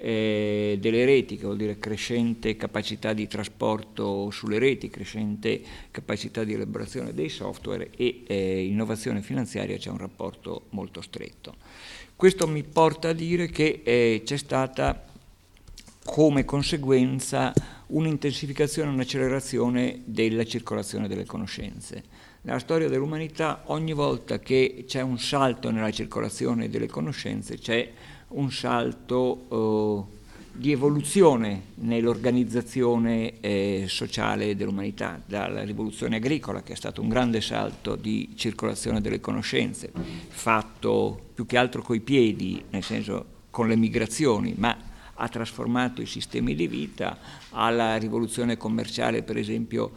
eh, delle reti, che vuol dire crescente capacità di trasporto sulle reti, crescente capacità di elaborazione dei software, e eh, innovazione finanziaria. C'è un rapporto molto stretto. Questo mi porta a dire che eh, c'è stata come conseguenza un'intensificazione, un'accelerazione della circolazione delle conoscenze. Nella storia dell'umanità, ogni volta che c'è un salto nella circolazione delle conoscenze, c'è un salto eh, di evoluzione nell'organizzazione eh, sociale dell'umanità, dalla rivoluzione agricola, che è stato un grande salto di circolazione delle conoscenze, fatto più che altro coi piedi, nel senso con le migrazioni, ma ha trasformato i sistemi di vita, alla rivoluzione commerciale, per esempio,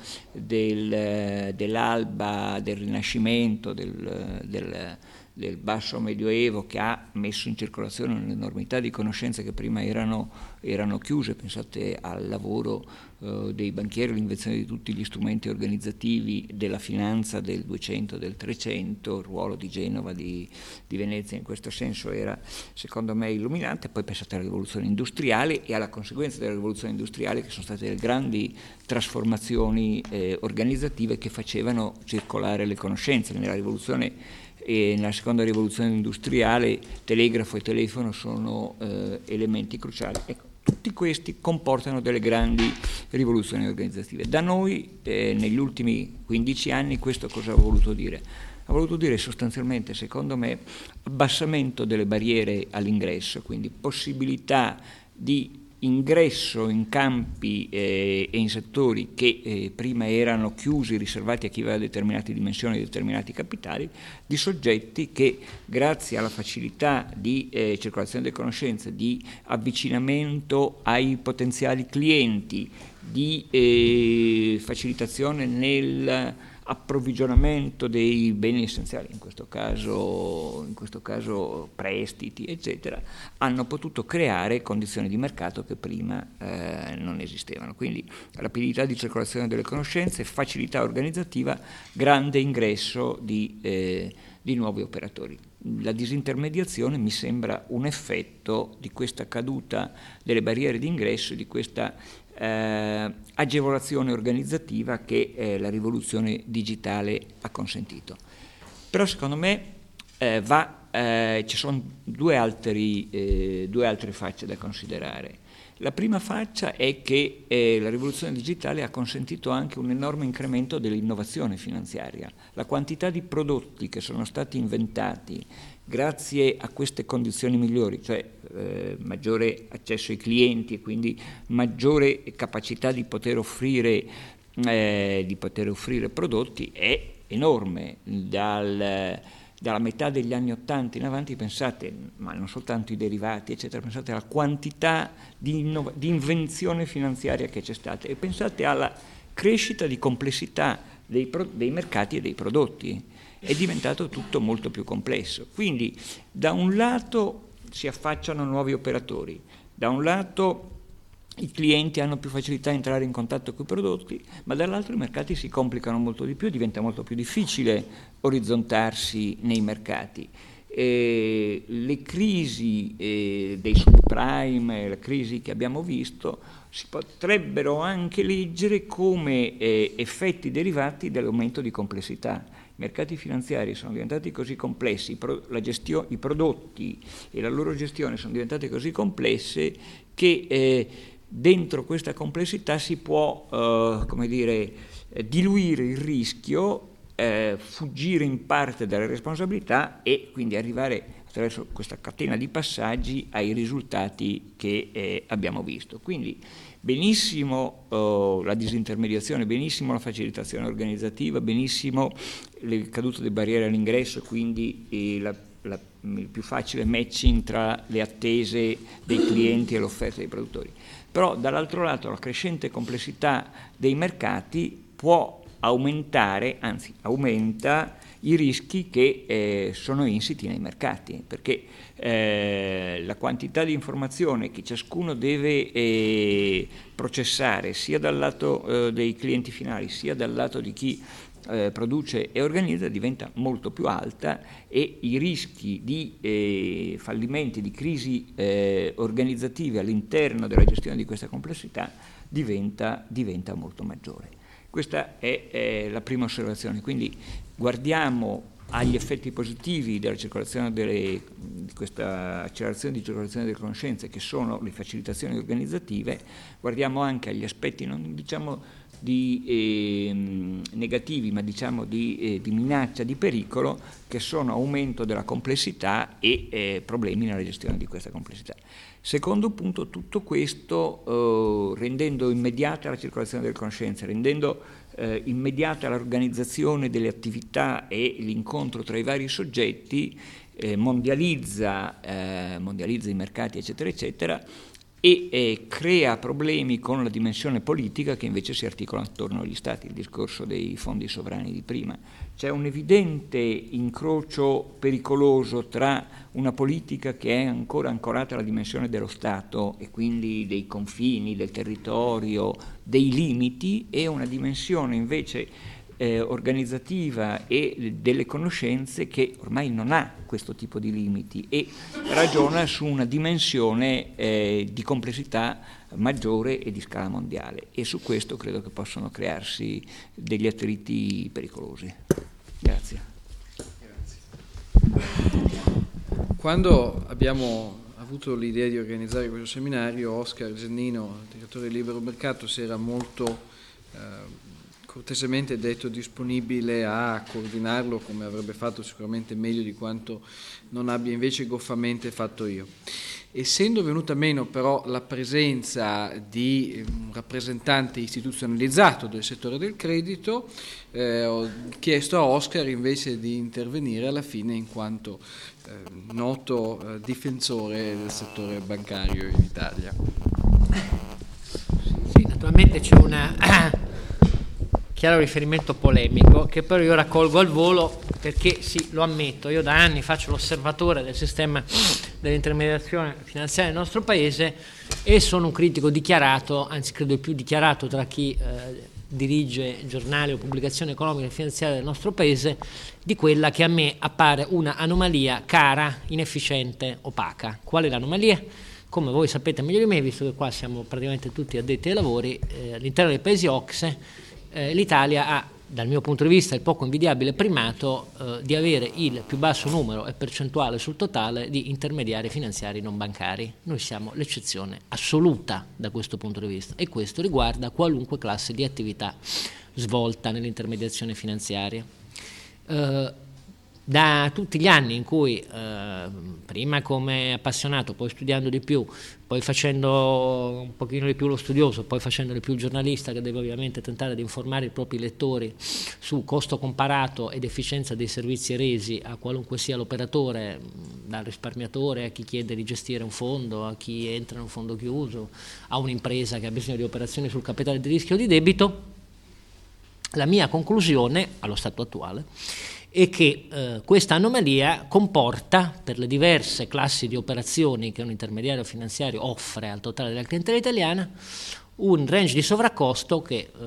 del, dell'alba, del Rinascimento, del, del del basso medioevo, che ha messo in circolazione un'enormità di conoscenze che prima erano, erano chiuse. Pensate al lavoro eh, dei banchieri, l'invenzione di tutti gli strumenti organizzativi della finanza del duecento, del trecento, il ruolo di Genova, di, di Venezia in questo senso era secondo me illuminante. Poi pensate alla rivoluzione industriale e alla conseguenza della rivoluzione industriale, che sono state le grandi trasformazioni eh, organizzative che facevano circolare le conoscenze. Nella rivoluzione e nella seconda rivoluzione industriale telegrafo e telefono sono eh, elementi cruciali. Ecco, tutti questi comportano delle grandi rivoluzioni organizzative. Da noi eh, negli ultimi quindici anni questo cosa ha voluto dire? Ha voluto dire sostanzialmente, secondo me, abbassamento delle barriere all'ingresso, quindi possibilità di ingresso in campi eh, e in settori che eh, prima erano chiusi, riservati a chi aveva determinate dimensioni e determinati capitali, di soggetti che grazie alla facilità di eh, circolazione delle conoscenze, di avvicinamento ai potenziali clienti, di eh, facilitazione nel approvvigionamento dei beni essenziali, in questo caso, in questo caso prestiti, eccetera, hanno potuto creare condizioni di mercato che prima eh, non esistevano. Quindi rapidità di circolazione delle conoscenze, facilità organizzativa, grande ingresso di, eh, di nuovi operatori. La disintermediazione mi sembra un effetto di questa caduta delle barriere di ingresso, di questa Eh, agevolazione organizzativa che eh, la rivoluzione digitale ha consentito. Però secondo me eh, va, eh, ci sono due, altri, eh, due altre facce da considerare. La prima faccia è che eh, la rivoluzione digitale ha consentito anche un enorme incremento dell'innovazione finanziaria. La quantità di prodotti che sono stati inventati grazie a queste condizioni migliori, cioè eh, maggiore accesso ai clienti e quindi maggiore capacità di poter offrire, eh, di poter offrire prodotti, è enorme. Dal, dalla metà degli anni Ottanta in avanti, pensate, ma non soltanto i derivati, eccetera, pensate alla quantità di, innov- di invenzione finanziaria che c'è stata e pensate alla crescita di complessità dei, pro- dei mercati e dei prodotti. È diventato tutto molto più complesso. Quindi da un lato si affacciano nuovi operatori, da un lato i clienti hanno più facilità a entrare in contatto con i prodotti, ma dall'altro i mercati si complicano molto di più, diventa molto più difficile orizzontarsi nei mercati. E le crisi eh, dei subprime, le crisi che abbiamo visto, si potrebbero anche leggere come eh, effetti derivati dall'aumento di complessità. I mercati finanziari sono diventati così complessi, la gestio- i prodotti e la loro gestione sono diventate così complesse che eh, dentro questa complessità si può, eh, come dire, eh, diluire il rischio, eh, fuggire in parte dalle responsabilità e quindi arrivare attraverso questa catena di passaggi ai risultati che eh, abbiamo visto. Quindi benissimo oh, la disintermediazione, benissimo la facilitazione organizzativa, benissimo le cadute delle barriere all'ingresso, quindi eh, la, la, il più facile matching tra le attese dei clienti e l'offerta dei produttori. Però dall'altro lato la crescente complessità dei mercati può aumentare, anzi aumenta i rischi che eh, sono insiti nei mercati, perché eh, la quantità di informazione che ciascuno deve eh, processare sia dal lato eh, dei clienti finali sia dal lato di chi eh, produce e organizza diventa molto più alta e i rischi di eh, fallimenti, di crisi eh, organizzative all'interno della gestione di questa complessità diventa, diventa molto maggiore. Questa è, è la prima osservazione, quindi guardiamo agli effetti positivi della circolazione delle, di questa accelerazione di circolazione delle conoscenze che sono le facilitazioni organizzative, guardiamo anche agli aspetti non diciamo di eh, negativi ma diciamo di, eh, di minaccia, di pericolo che sono aumento della complessità e eh, problemi nella gestione di questa complessità. Secondo punto, tutto questo eh, rendendo immediata la circolazione delle conoscenze, rendendo eh, immediata l'organizzazione delle attività e l'incontro tra i vari soggetti, eh, mondializza, eh, mondializza i mercati, eccetera, eccetera, e eh, crea problemi con la dimensione politica che invece si articola attorno agli Stati, il discorso dei fondi sovrani di prima. C'è un evidente incrocio pericoloso tra una politica che è ancora ancorata alla dimensione dello Stato e quindi dei confini, del territorio, dei limiti, e una dimensione invece Eh, organizzativa e delle conoscenze che ormai non ha questo tipo di limiti e ragiona su una dimensione eh, di complessità maggiore e di scala mondiale, e su questo credo che possono crearsi degli attriti pericolosi. Grazie. Grazie. Quando abbiamo avuto l'idea di organizzare questo seminario, Oscar Giannino, direttore di Libero Mercato, si era molto eh, cortesemente detto disponibile a coordinarlo, come avrebbe fatto sicuramente meglio di quanto non abbia invece goffamente fatto io. Essendo venuta meno però la presenza di un rappresentante istituzionalizzato del settore del credito, eh, ho chiesto a Oscar invece di intervenire alla fine in quanto eh, noto eh, difensore del settore bancario in Italia. Sì, naturalmente c'è un chiaro riferimento polemico che però io raccolgo al volo perché sì, lo ammetto, io da anni faccio l'osservatore del sistema dell'intermediazione finanziaria del nostro paese e sono un critico dichiarato, anzi credo il più dichiarato tra chi eh, dirige giornali o pubblicazioni economiche e finanziarie del nostro paese, di quella che a me appare una anomalia cara, inefficiente, opaca. Qual è l'anomalia? Come voi sapete meglio di me, visto che qua siamo praticamente tutti addetti ai lavori, eh, all'interno dei paesi O C S E eh, l'Italia ha, dal mio punto di vista, il poco invidiabile primato eh, di avere il più basso numero e percentuale sul totale di intermediari finanziari non bancari. Noi siamo l'eccezione assoluta da questo punto di vista e questo riguarda qualunque classe di attività svolta nell'intermediazione finanziaria. Eh, da tutti gli anni in cui, eh, prima come appassionato, poi studiando di più, poi facendo un pochino di più lo studioso, poi facendo di più il giornalista che deve ovviamente tentare di informare i propri lettori su costo comparato ed efficienza dei servizi resi a qualunque sia l'operatore, dal risparmiatore a chi chiede di gestire un fondo, a chi entra in un fondo chiuso, a un'impresa che ha bisogno di operazioni sul capitale di rischio o di debito, la mia conclusione allo stato attuale e che eh, questa anomalia comporta, per le diverse classi di operazioni che un intermediario finanziario offre al totale della clientela italiana, un range di sovraccosto che eh,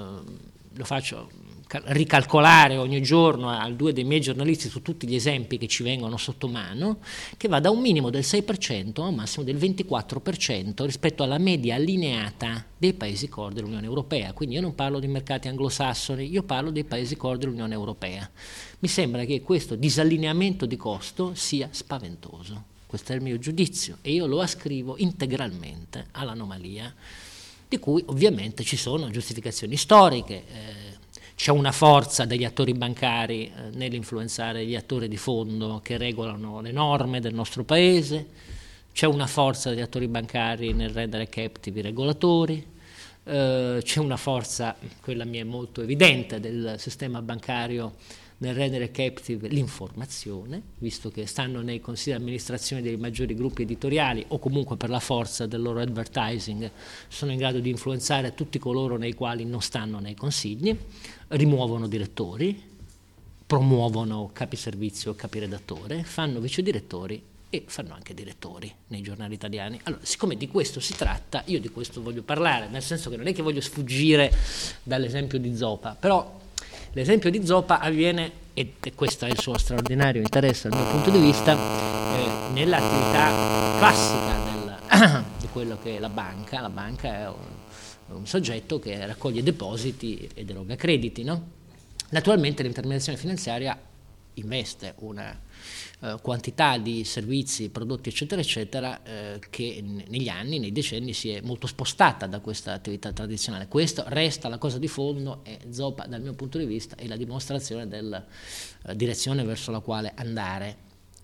lo faccio ricalcolare ogni giorno a due dei miei giornalisti su tutti gli esempi che ci vengono sotto mano, che va da un minimo del sei per cento a un massimo del ventiquattro per cento rispetto alla media allineata dei paesi core dell'Unione Europea. Quindi io non parlo di mercati anglosassoni, io parlo dei paesi core dell'Unione Europea. Mi sembra che questo disallineamento di costo sia spaventoso. Questo è il mio giudizio e io lo ascrivo integralmente all'anomalia, di cui ovviamente ci sono giustificazioni storiche. Eh, C'è una forza degli attori bancari eh, nell'influenzare gli attori di fondo che regolano le norme del nostro paese, c'è una forza degli attori bancari nel rendere captive i regolatori, eh, c'è una forza, quella mi è molto evidente, del sistema bancario nel rendere captive l'informazione, visto che stanno nei consigli di amministrazione dei maggiori gruppi editoriali o comunque per la forza del loro advertising sono in grado di influenzare tutti coloro nei quali non stanno nei consigli, rimuovono direttori, promuovono capi servizio, capi redattore, fanno vice direttori e fanno anche direttori nei giornali italiani. Allora, siccome di questo si tratta, io di questo voglio parlare, nel senso che non è che voglio sfuggire dall'esempio di Zopa, però l'esempio di Zopa avviene, e questo è il suo straordinario interesse dal mio punto di vista, eh, nell'attività classica del, di quello che è la banca. La banca è un, un soggetto che raccoglie depositi ed eroga crediti, no? Naturalmente l'intermediazione finanziaria investe una eh, quantità di servizi, prodotti eccetera eccetera eh, che n- negli anni, nei decenni si è molto spostata da questa attività tradizionale. Questo resta la cosa di fondo e Zopa dal mio punto di vista è la dimostrazione della eh, direzione verso la quale andare.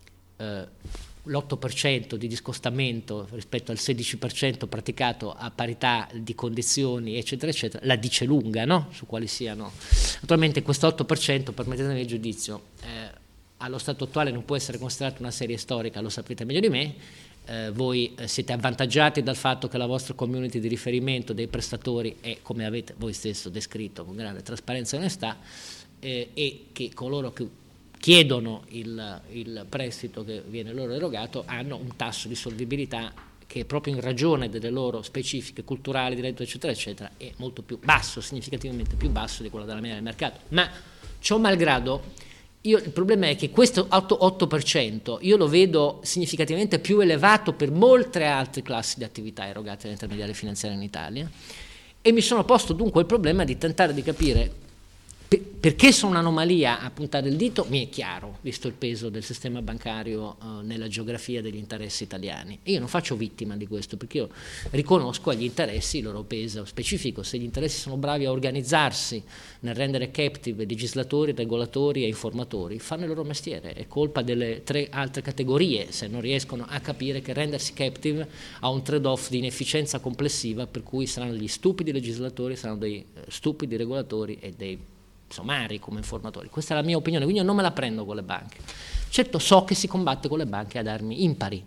Eh, l'otto per cento di discostamento rispetto al sedici per cento praticato a parità di condizioni eccetera eccetera la dice lunga, no? Su quali siano. Naturalmente questo otto per cento, permettetemi il giudizio, eh, allo stato attuale non può essere considerato una serie storica, lo sapete meglio di me. Eh, voi eh, siete avvantaggiati dal fatto che la vostra community di riferimento dei prestatori è, come avete voi stesso descritto con grande trasparenza e onestà, eh, e che coloro che chiedono il, il prestito che viene loro erogato hanno un tasso di solvibilità che proprio in ragione delle loro specifiche culturali, di reddito eccetera eccetera è molto più basso, significativamente più basso di quello della media del mercato. Ma ciò malgrado, io, il problema è che questo otto per cento io lo vedo significativamente più elevato per molte altre classi di attività erogate dagli intermediari finanziari in Italia e mi sono posto dunque il problema di tentare di capire Per, perché sono un'anomalia a puntare il dito mi è chiaro, visto il peso del sistema bancario uh, nella geografia degli interessi italiani. E io non faccio vittima di questo, perché io riconosco agli interessi il loro peso specifico. Se gli interessi sono bravi a organizzarsi nel rendere captive legislatori, regolatori e informatori, fanno il loro mestiere. È colpa delle tre altre categorie se non riescono a capire che rendersi captive ha un trade-off di inefficienza complessiva, per cui saranno degli stupidi legislatori, saranno dei uh, stupidi regolatori e dei somari come informatori. Questa è la mia opinione, quindi io non me la prendo con le banche. Certo, so che si combatte con le banche ad armi impari.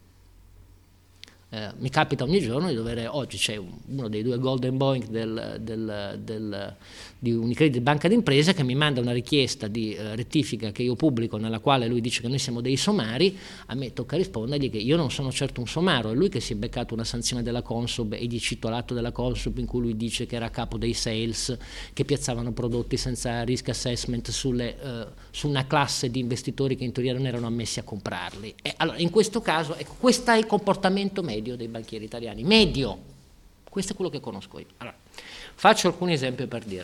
Eh, mi capita ogni giorno di dover, oggi c'è uno dei due golden boy del, del, del, di Unicredit Banca d'Impresa che mi manda una richiesta di eh, rettifica che io pubblico, nella quale lui dice che noi siamo dei somari. A me tocca rispondergli che io non sono certo un somaro, è lui che si è beccato una sanzione della Consob, e gli cito l'atto della Consob in cui lui dice che era a capo dei sales che piazzavano prodotti senza risk assessment sulle, eh, su una classe di investitori che in teoria non erano ammessi a comprarli. E allora in questo caso, ecco, questo è il comportamento medio dei banchieri italiani, medio, questo è quello che conosco io. Allora, faccio alcuni esempi per dire,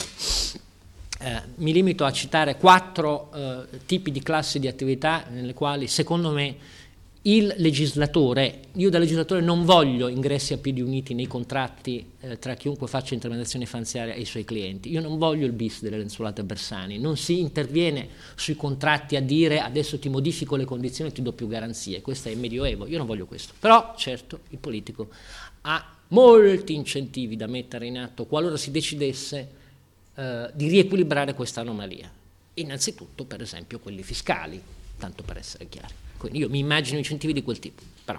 eh, mi limito a citare quattro eh, tipi di classi di attività nelle quali secondo me il legislatore, io da legislatore non voglio ingressi a piedi uniti nei contratti eh, tra chiunque faccia intermediazione finanziaria e i suoi clienti. Io non voglio il bis delle lenzuolate Bersani, non si interviene sui contratti a dire adesso ti modifico le condizioni e ti do più garanzie, questo è il medioevo, io non voglio questo. Però certo il politico ha molti incentivi da mettere in atto qualora si decidesse eh, di riequilibrare questa anomalia. Innanzitutto per esempio quelli fiscali, tanto per essere chiari. Quindi io mi immagino incentivi di quel tipo, però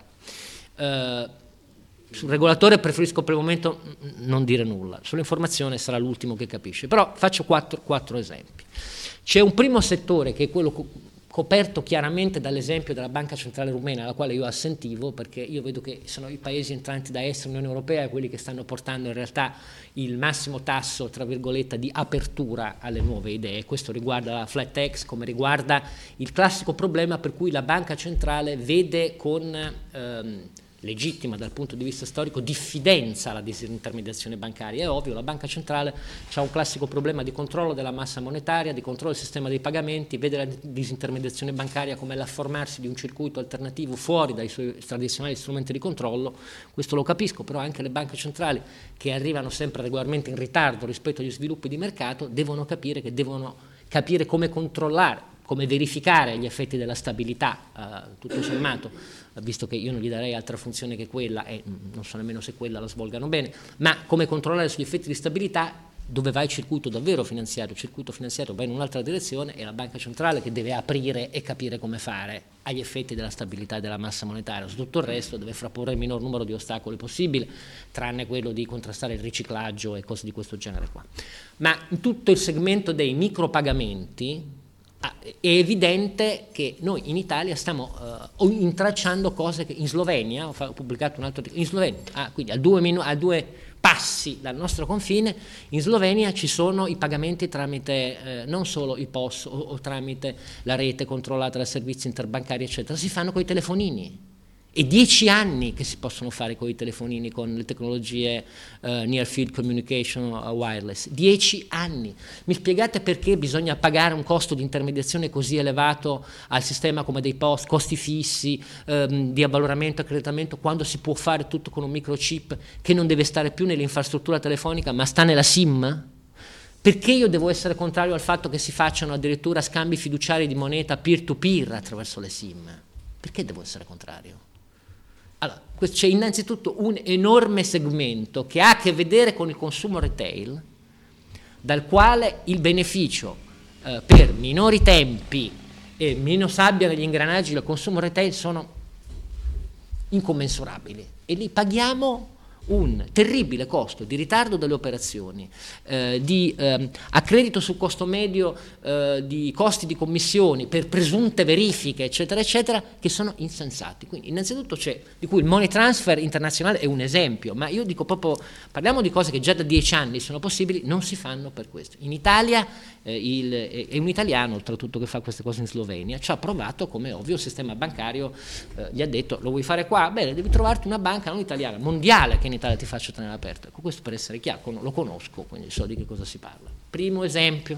eh, sul regolatore preferisco per il momento non dire nulla, sull'informazione sarà l'ultimo che capisce, però faccio quattro, quattro esempi. C'è un primo settore che è quello co- coperto chiaramente dall'esempio della Banca Centrale Rumena, alla quale io assentivo, perché io vedo che sono i paesi entranti da est dall'Unione Europea quelli che stanno portando in realtà il massimo tasso, tra virgolette, di apertura alle nuove idee. Questo riguarda la flat tax, come riguarda il classico problema per cui la Banca Centrale vede con ehm, legittima dal punto di vista storico diffidenza alla disintermediazione bancaria. È ovvio, la Banca Centrale ha un classico problema di controllo della massa monetaria, di controllo del sistema dei pagamenti, vede la disintermediazione bancaria come l'afformarsi di un circuito alternativo fuori dai suoi tradizionali strumenti di controllo. Questo lo capisco, però anche le banche centrali, che arrivano sempre regolarmente in ritardo rispetto agli sviluppi di mercato, devono capire che devono capire come controllare, come verificare gli effetti della stabilità, eh, tutto sommato, visto che io non gli darei altra funzione che quella, e non so nemmeno se quella la svolgano bene, ma come controllare sugli effetti di stabilità dove va il circuito davvero finanziario. Il circuito finanziario va in un'altra direzione, è la banca centrale che deve aprire e capire come fare agli effetti della stabilità e della massa monetaria. Su tutto il resto deve frapporre il minor numero di ostacoli possibile, tranne quello di contrastare il riciclaggio e cose di questo genere qua. Ma in tutto il segmento dei micropagamenti è evidente che noi in Italia stiamo uh, intracciando cose che in Slovenia, ho, fa, ho pubblicato un altro articolo, in Slovenia, ah, quindi a due, minu- a due passi dal nostro confine, in Slovenia ci sono i pagamenti tramite eh, non solo i P O S o, o tramite la rete controllata da servizi interbancari eccetera, si fanno con i telefonini. E dieci anni che si possono fare con i telefonini, con le tecnologie uh, Near Field Communication uh, Wireless. Dieci anni. Mi spiegate perché bisogna pagare un costo di intermediazione così elevato al sistema come dei P O S, costi fissi, um, di avvaloramento e accreditamento, quando si può fare tutto con un microchip che non deve stare più nell'infrastruttura telefonica ma sta nella SIM? Perché io devo essere contrario al fatto che si facciano addirittura scambi fiduciari di moneta peer-to-peer attraverso le SIM? Perché devo essere contrario? Allora, c'è innanzitutto un enorme segmento che ha a che vedere con il consumo retail, dal quale il beneficio eh, per minori tempi e meno sabbia negli ingranaggi del consumo retail sono incommensurabili, e li paghiamo un terribile costo di ritardo delle operazioni, eh, di eh, accredito sul costo medio, eh, di costi di commissioni per presunte verifiche eccetera eccetera, che sono insensati. Quindi innanzitutto c'è, di cui il money transfer internazionale è un esempio, ma io dico proprio, parliamo di cose che già da dieci anni sono possibili, non si fanno per questo. In Italia eh, il, è un italiano oltretutto che fa queste cose in Slovenia, ci ha provato, come ovvio il sistema bancario eh, gli ha detto: lo vuoi fare qua? Bene, devi trovarti una banca non italiana, mondiale, che in Italia ti faccio tenere aperto. Ecco, questo per essere chiaro, lo conosco, quindi so di che cosa si parla. Primo esempio.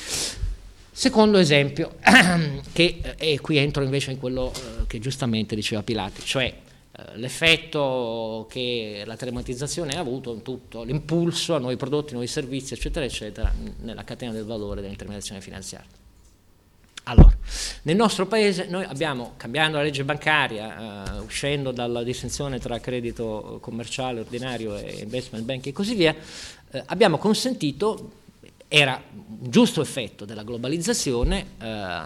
Secondo esempio, che, e qui entro invece in quello eh, che giustamente diceva Pilati, cioè eh, l'effetto che la telematizzazione ha avuto in tutto, l'impulso a nuovi prodotti, nuovi servizi, eccetera, eccetera, nella catena del valore dell'intermediazione finanziaria. Allora, nel nostro paese noi abbiamo, cambiando la legge bancaria, eh, uscendo dalla distinzione tra credito commerciale ordinario e investment banking e così via, eh, abbiamo consentito, era un giusto effetto della globalizzazione, eh,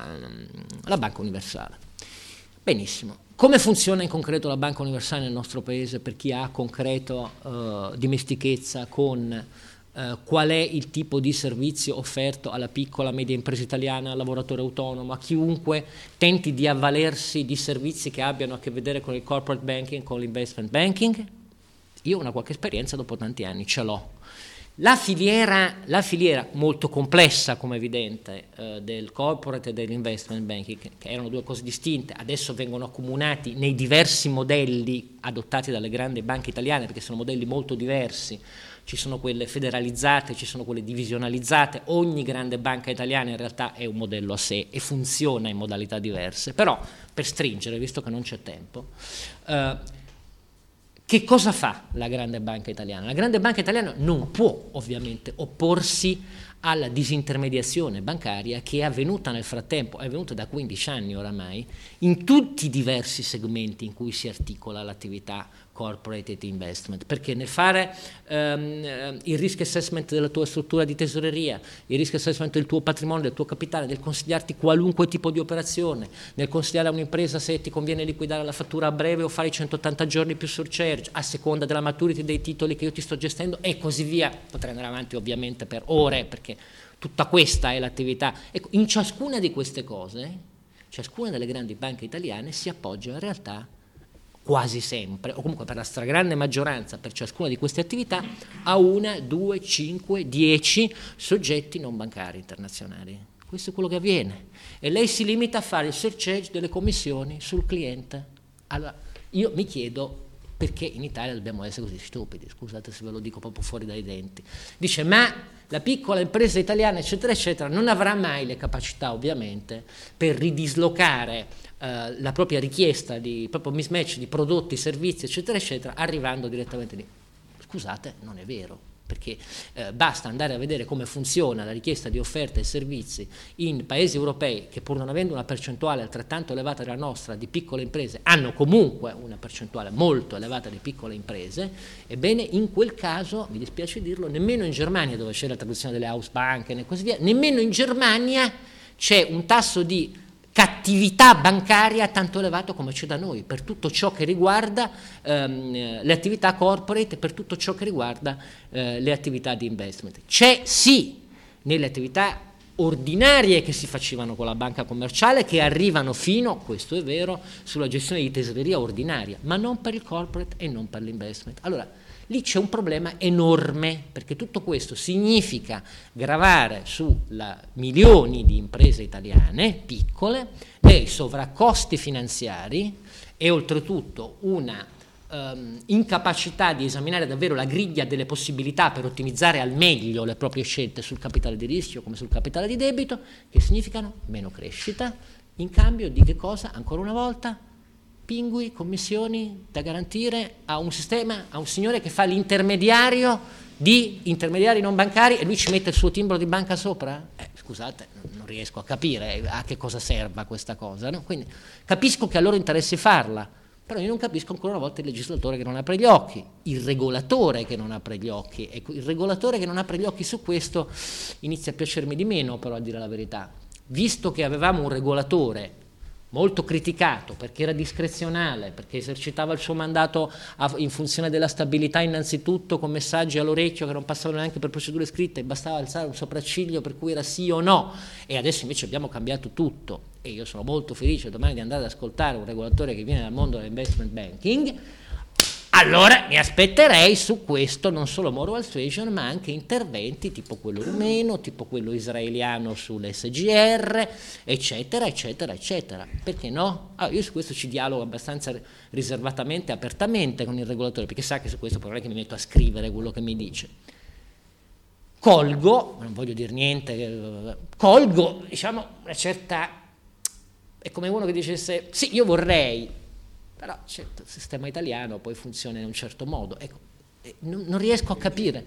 la banca universale. Benissimo. Come funziona in concreto la banca universale nel nostro paese per chi ha concreto eh, dimestichezza con Uh, qual è il tipo di servizio offerto alla piccola media impresa italiana, al lavoratore autonomo, a chiunque tenti di avvalersi di servizi che abbiano a che vedere con il corporate banking, con l'investment banking? Io una qualche esperienza dopo tanti anni ce l'ho. La filiera, la filiera molto complessa, come evidente, eh, del corporate e dell'investment banking, che erano due cose distinte, adesso vengono accomunati nei diversi modelli adottati dalle grandi banche italiane, perché sono modelli molto diversi. Ci sono quelle federalizzate, ci sono quelle divisionalizzate, ogni grande banca italiana in realtà è un modello a sé e funziona in modalità diverse, però per stringere, visto che non c'è tempo, eh, che cosa fa la grande banca italiana? La grande banca italiana non può ovviamente opporsi alla disintermediazione bancaria che è avvenuta nel frattempo, è avvenuta da quindici anni oramai, in tutti i diversi segmenti in cui si articola l'attività corporate investment, perché nel fare um, il risk assessment della tua struttura di tesoreria, il risk assessment del tuo patrimonio, del tuo capitale, nel consigliarti qualunque tipo di operazione, nel consigliare a un'impresa se ti conviene liquidare la fattura a breve o fare i centottanta giorni più surcharge, a seconda della maturity dei titoli che io ti sto gestendo e così via. Potrei andare avanti ovviamente per ore, perché tutta questa è l'attività. Ecco, in ciascuna di queste cose, ciascuna delle grandi banche italiane si appoggia in realtà quasi sempre, o comunque per la stragrande maggioranza, per ciascuna di queste attività, a una, due, cinque, dieci soggetti non bancari internazionali. Questo è quello che avviene. E lei si limita a fare il surcharge delle commissioni sul cliente. Allora, io mi chiedo perché in Italia dobbiamo essere così stupidi, scusate se ve lo dico proprio fuori dai denti. Dice, ma la piccola impresa italiana, eccetera, eccetera, non avrà mai le capacità, ovviamente, per ridislocare Uh, la propria richiesta di proprio mismatch di prodotti, servizi, eccetera, eccetera, arrivando direttamente lì. Scusate, non è vero, perché uh, basta andare a vedere come funziona la richiesta di offerte e servizi in paesi europei che, pur non avendo una percentuale altrettanto elevata della nostra di piccole imprese, hanno comunque una percentuale molto elevata di piccole imprese. Ebbene, in quel caso, mi dispiace dirlo, nemmeno in Germania, dove c'è la tradizione delle house bank e così via, nemmeno in Germania c'è un tasso di cattività bancaria tanto elevato come c'è da noi, per tutto ciò che riguarda ehm, le attività corporate, per tutto ciò che riguarda eh, le attività di investment. C'è sì nelle attività ordinarie che si facevano con la banca commerciale, che arrivano fino, questo è vero, sulla gestione di tesoreria ordinaria, ma non per il corporate e non per l'investment. Allora, lì c'è un problema enorme, perché tutto questo significa gravare su la, milioni di imprese italiane, piccole, dei sovraccosti finanziari e oltretutto una um, incapacità di esaminare davvero la griglia delle possibilità per ottimizzare al meglio le proprie scelte sul capitale di rischio come sul capitale di debito, che significano meno crescita, in cambio di che cosa? Ancora una volta? Pingui, commissioni da garantire a un sistema, a un signore che fa l'intermediario di intermediari non bancari e lui ci mette il suo timbro di banca sopra? Eh, scusate, non riesco a capire a che cosa serva questa cosa, no? Quindi capisco che a loro interessi farla, però io non capisco ancora una volta il legislatore che non apre gli occhi, il regolatore che non apre gli occhi. Ecco, il regolatore che non apre gli occhi su questo inizia a piacermi di meno, però, a dire la verità. Visto che avevamo un regolatore molto criticato perché era discrezionale, perché esercitava il suo mandato a, in funzione della stabilità innanzitutto, con messaggi all'orecchio che non passavano neanche per procedure scritte, bastava alzare un sopracciglio per cui era sì o no, e adesso invece abbiamo cambiato tutto, e io sono molto felice domani di andare ad ascoltare un regolatore che viene dal mondo dell'investment banking. Allora mi aspetterei su questo non solo moral suasion, ma anche interventi tipo quello rumeno, tipo quello israeliano sull'S G R, eccetera, eccetera, eccetera. Perché no? Allora, io su questo ci dialogo abbastanza riservatamente, apertamente con il regolatore, perché sa che su questo non è che mi metto a scrivere quello che mi dice. colgo, non voglio dire niente, colgo, diciamo, una certa, è come uno che dicesse, sì, io vorrei, però certo, il sistema italiano poi funziona in un certo modo, ecco, non, non riesco a capire.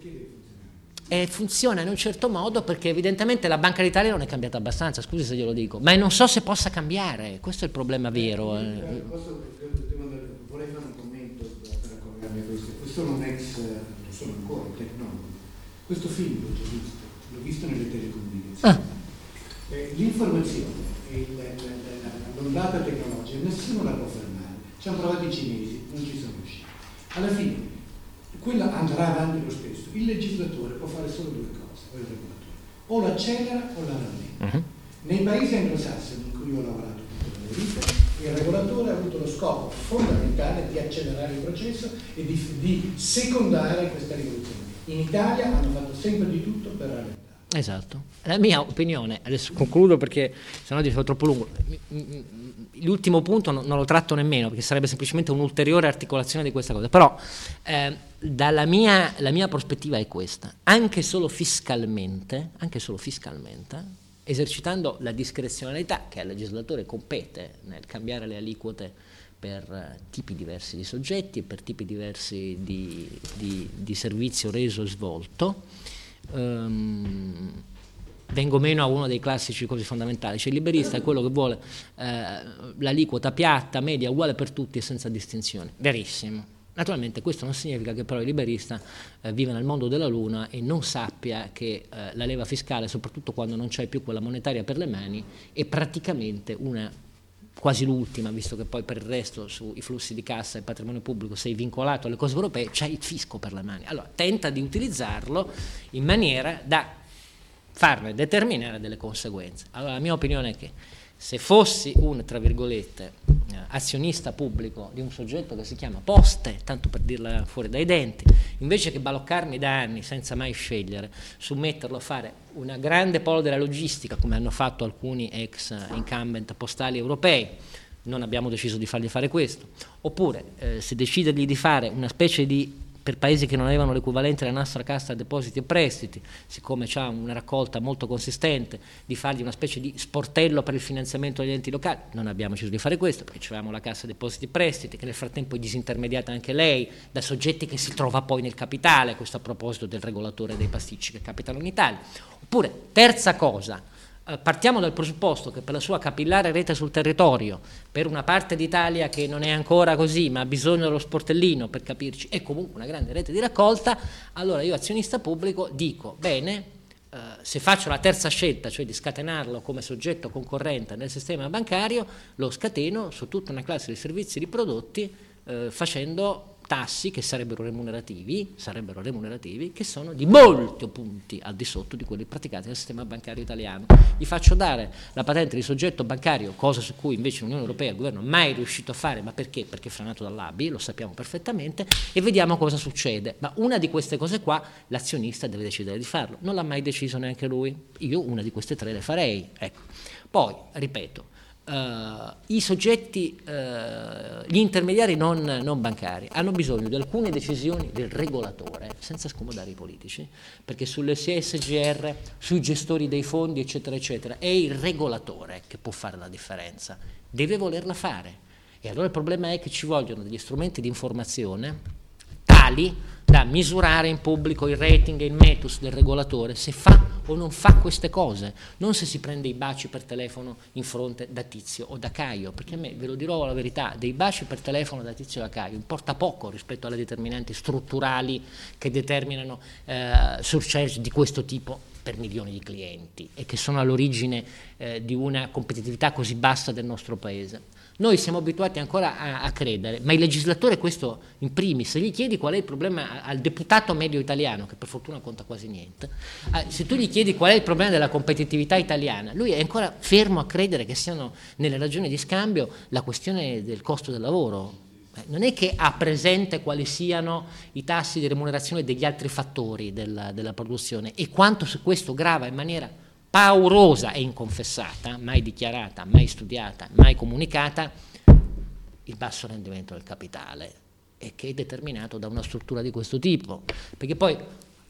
E funziona in un certo modo perché evidentemente la Banca d'Italia non è cambiata abbastanza, scusi se glielo dico, ma non so se possa cambiare, questo è il problema vero. Eh, posso, vorrei fare un commento per accordarmi a questo. Questo non ex, non sono ancora tecnologo. Questo film l'ho già visto, l'ho visto nelle telecomunicazioni. Ah. Eh, l'informazione, il, l'ondata tecnologica, nessuno la può fermare. Ci hanno provato i cinesi, non ci sono riusciti. Alla fine, quella andrà avanti lo stesso. Il legislatore può fare solo due cose, o il regolatore. O lo accelera o la rallenta. Uh-huh. Nei paesi anglosassoni in cui ho lavorato tutta la mia vita, il regolatore ha avuto lo scopo fondamentale di accelerare il processo e di, di secondare questa rivoluzione. In Italia hanno fatto sempre di tutto per rallentare. Esatto. La mia opinione, adesso concludo perché sennò diventa troppo lungo, l'ultimo punto non, non lo tratto nemmeno perché sarebbe semplicemente un'ulteriore articolazione di questa cosa, però eh, dalla mia, la mia prospettiva è questa, anche solo fiscalmente, anche solo fiscalmente, esercitando la discrezionalità che al legislatore compete nel cambiare le aliquote per tipi diversi di soggetti e per tipi diversi di, di, di servizio reso e svolto, um, vengo meno a uno dei classici cose fondamentali, cioè il liberista è quello che vuole eh, l'aliquota piatta, media, uguale per tutti e senza distinzione. Verissimo. Naturalmente questo non significa che però il liberista eh, vive nel mondo della luna e non sappia che eh, la leva fiscale, soprattutto quando non c'è più quella monetaria per le mani, è praticamente una, quasi l'ultima, visto che poi per il resto sui flussi di cassa e patrimonio pubblico sei vincolato alle cose europee, c'è il fisco per le mani. Allora tenta di utilizzarlo in maniera da farne determinare delle conseguenze. Allora la mia opinione è che se fossi un, tra virgolette, azionista pubblico di un soggetto che si chiama Poste, tanto per dirla fuori dai denti, invece che baloccarmi da anni senza mai scegliere su metterlo a fare una grande polo della logistica, come hanno fatto alcuni ex incumbent postali europei, non abbiamo deciso di fargli fare questo, oppure eh, se decidergli di fare una specie di, per paesi che non avevano l'equivalente della nostra Cassa Depositi e Prestiti, siccome c'ha una raccolta molto consistente, di fargli una specie di sportello per il finanziamento degli enti locali, non abbiamo deciso di fare questo perché avevamo la Cassa Depositi e Prestiti che nel frattempo è disintermediata anche lei da soggetti che si trova poi nel capitale, questo a proposito del regolatore dei pasticci che capitano in Italia. Oppure, terza cosa, partiamo dal presupposto che per la sua capillare rete sul territorio, per una parte d'Italia che non è ancora così ma ha bisogno dello sportellino per capirci, è comunque una grande rete di raccolta, allora io azionista pubblico dico, bene, eh, se faccio la terza scelta, cioè di scatenarlo come soggetto concorrente nel sistema bancario, lo scateno su tutta una classe di servizi e di prodotti eh, facendo tassi che sarebbero remunerativi, sarebbero remunerativi, che sono di molti punti al di sotto di quelli praticati nel sistema bancario italiano. Gli faccio dare la patente di soggetto bancario, cosa su cui invece l'Unione Europea, il governo, non è mai riuscito a fare, ma perché? Perché è frenato dall'A B I, lo sappiamo perfettamente, e vediamo cosa succede. Ma una di queste cose qua l'azionista deve decidere di farlo, non l'ha mai deciso neanche lui, io una di queste tre le farei. Ecco. Poi, ripeto, Uh, i soggetti, uh, gli intermediari non, non bancari hanno bisogno di alcune decisioni del regolatore senza scomodare i politici, perché sulle S G R, sui gestori dei fondi eccetera eccetera è il regolatore che può fare la differenza, deve volerla fare, e allora il problema è che ci vogliono degli strumenti di informazione tali da misurare in pubblico il rating e il metus del regolatore se fa o non fa queste cose, non se si prende i baci per telefono in fronte da Tizio o da Caio, perché a me, ve lo dirò la verità, dei baci per telefono da Tizio o da Caio importa poco rispetto alle determinanti strutturali che determinano eh, surcharge di questo tipo per milioni di clienti e che sono all'origine eh, di una competitività così bassa del nostro paese. Noi siamo abituati ancora a, a credere, ma il legislatore questo in primis, se gli chiedi qual è il problema al deputato medio italiano, che per fortuna conta quasi niente, eh, se tu gli chiedi qual è il problema della competitività italiana, lui è ancora fermo a credere che siano nelle ragioni di scambio la questione del costo del lavoro. Eh, non è che ha presente quali siano i tassi di remunerazione degli altri fattori della, della produzione e quanto su questo grava in maniera paurosa e inconfessata, mai dichiarata, mai studiata, mai comunicata, il basso rendimento del capitale, e che è determinato da una struttura di questo tipo. Perché poi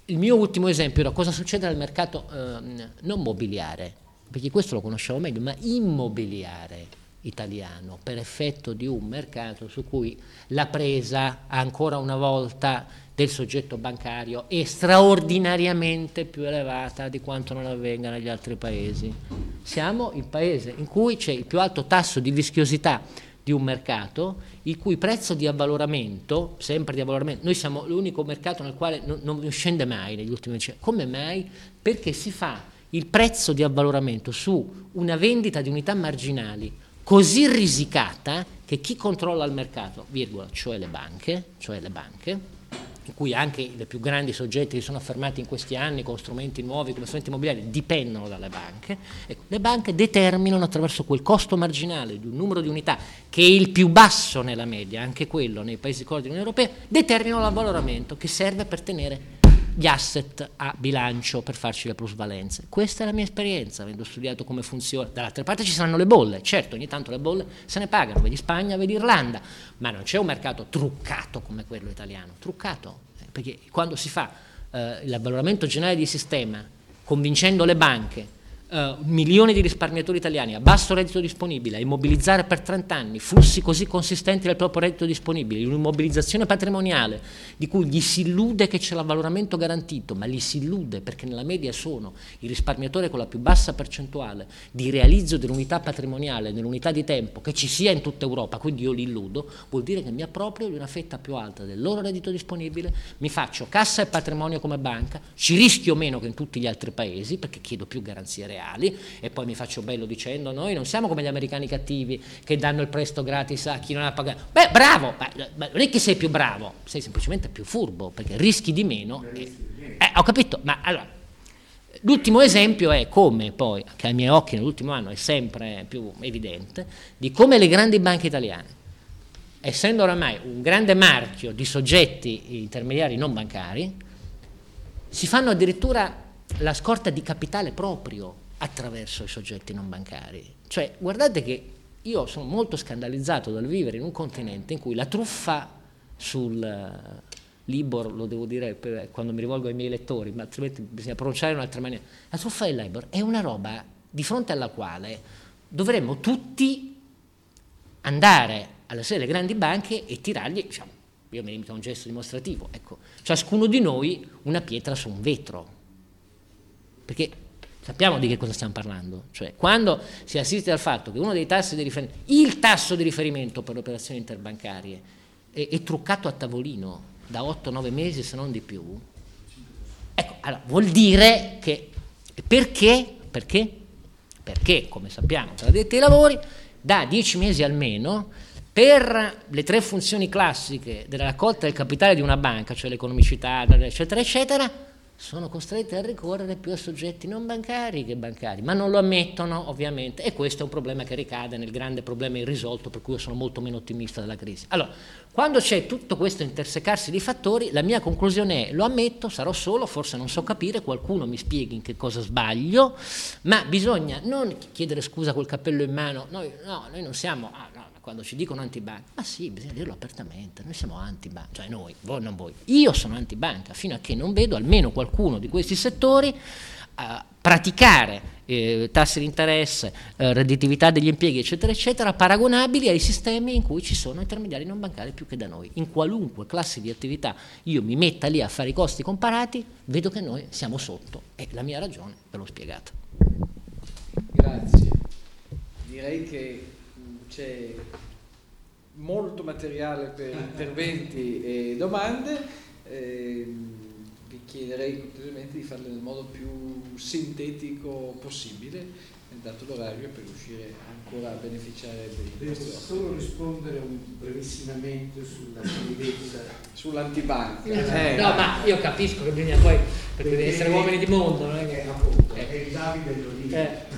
il mio ultimo esempio era cosa succede nel mercato eh, non mobiliare, perché questo lo conosciamo meglio, ma immobiliare italiano, per effetto di un mercato su cui la presa ancora una volta del soggetto bancario è straordinariamente più elevata di quanto non avvenga negli altri paesi. Siamo il paese in cui c'è il più alto tasso di rischiosità di un mercato, il cui prezzo di avvaloramento, sempre di avvaloramento, noi siamo l'unico mercato nel quale non, non scende mai negli ultimi anni. Come mai? Perché si fa il prezzo di avvaloramento su una vendita di unità marginali così risicata che chi controlla il mercato, virgola, cioè le banche, cioè le banche, in cui anche i più grandi soggetti si sono affermati in questi anni con strumenti nuovi come strumenti immobiliari, dipendono dalle banche. Ecco, le banche determinano attraverso quel costo marginale di un numero di unità che è il più basso nella media, anche quello nei paesi core dell'Unione Europea, determinano l'avvaloramento che serve per tenere gli asset a bilancio, per farci le plusvalenze. Questa è la mia esperienza, avendo studiato come funziona. Dall'altra parte ci saranno le bolle, certo, ogni tanto le bolle se ne pagano, vedi Spagna, vedi Irlanda, ma non c'è un mercato truccato come quello italiano, truccato, eh, perché quando si fa eh, l'avvaloramento generale di sistema, convincendo le banche, Uh, milioni di risparmiatori italiani a basso reddito disponibile a immobilizzare per trenta anni flussi così consistenti del proprio reddito disponibile, un'immobilizzazione patrimoniale di cui gli si illude che c'è l'avvaloramento garantito, ma gli si illude perché nella media sono i risparmiatori con la più bassa percentuale di realizzo dell'unità patrimoniale nell'unità di tempo che ci sia in tutta Europa, quindi io li illudo, vuol dire che mi approprio di una fetta più alta del loro reddito disponibile, mi faccio cassa e patrimonio come banca, ci rischio meno che in tutti gli altri paesi perché chiedo più garanzie reali, e poi mi faccio bello dicendo noi non siamo come gli americani cattivi che danno il prestito gratis a chi non ha pagato. Beh, bravo, ma, ma non è che sei più bravo, sei semplicemente più furbo perché rischi di meno. E, eh, ho capito, ma allora l'ultimo esempio è come poi, che ai miei occhi nell'ultimo anno è sempre più evidente, di come le grandi banche italiane, essendo oramai un grande marchio di soggetti intermediari non bancari, si fanno addirittura la scorta di capitale proprio attraverso i soggetti non bancari. Cioè, guardate che io sono molto scandalizzato dal vivere in un continente in cui la truffa sul Libor, lo devo dire per, quando mi rivolgo ai miei lettori, ma altrimenti bisogna pronunciare in un'altra maniera, la truffa del Libor è una roba di fronte alla quale dovremmo tutti andare alla sede delle grandi banche e tirargli, diciamo, io mi limito a un gesto dimostrativo, ecco, ciascuno di noi una pietra su un vetro, perché sappiamo di che cosa stiamo parlando, cioè quando si assiste al fatto che uno dei tassi di riferimento, il tasso di riferimento per le operazioni interbancarie è, è truccato a tavolino da otto nove mesi se non di più, ecco, allora vuol dire che, perché? Perché? Perché, come sappiamo, tra addetti ai lavori, da dieci mesi almeno, per le tre funzioni classiche della raccolta del capitale di una banca, cioè l'economicità, eccetera, eccetera, sono costretti a ricorrere più a soggetti non bancari che bancari, ma non lo ammettono ovviamente, e questo è un problema che ricade nel grande problema irrisolto per cui io sono molto meno ottimista della crisi. Allora, quando c'è tutto questo intersecarsi di fattori, la mia conclusione è, lo ammetto, sarò solo, forse non so capire, qualcuno mi spieghi in che cosa sbaglio, ma bisogna non chiedere scusa col cappello in mano, noi, no, noi non siamo... Ah, no, quando ci dicono antibanca, ma sì, bisogna dirlo apertamente, noi siamo antibanca, cioè noi, voi non voi, io sono antibanca, fino a che non vedo almeno qualcuno di questi settori uh, praticare eh, tassi di interesse, eh, redditività degli impieghi, eccetera, eccetera, paragonabili ai sistemi in cui ci sono intermediari non bancari più che da noi. In qualunque classe di attività io mi metta lì a fare i costi comparati, vedo che noi siamo sotto, e la mia ragione ve l'ho spiegata. Grazie. Direi che c'è molto materiale per interventi e domande, eh, vi chiederei cortesemente di farle nel modo più sintetico possibile, dato l'orario, per riuscire ancora a beneficiare dei Devo solo rispondere un brevissimamente sulla solidezza sull'antibanca. Eh, no, ma io capisco che bisogna poi, perché devi essere uomini di mondo, non è che... Eh, appunto, eh. è il Davide lo dice. Eh.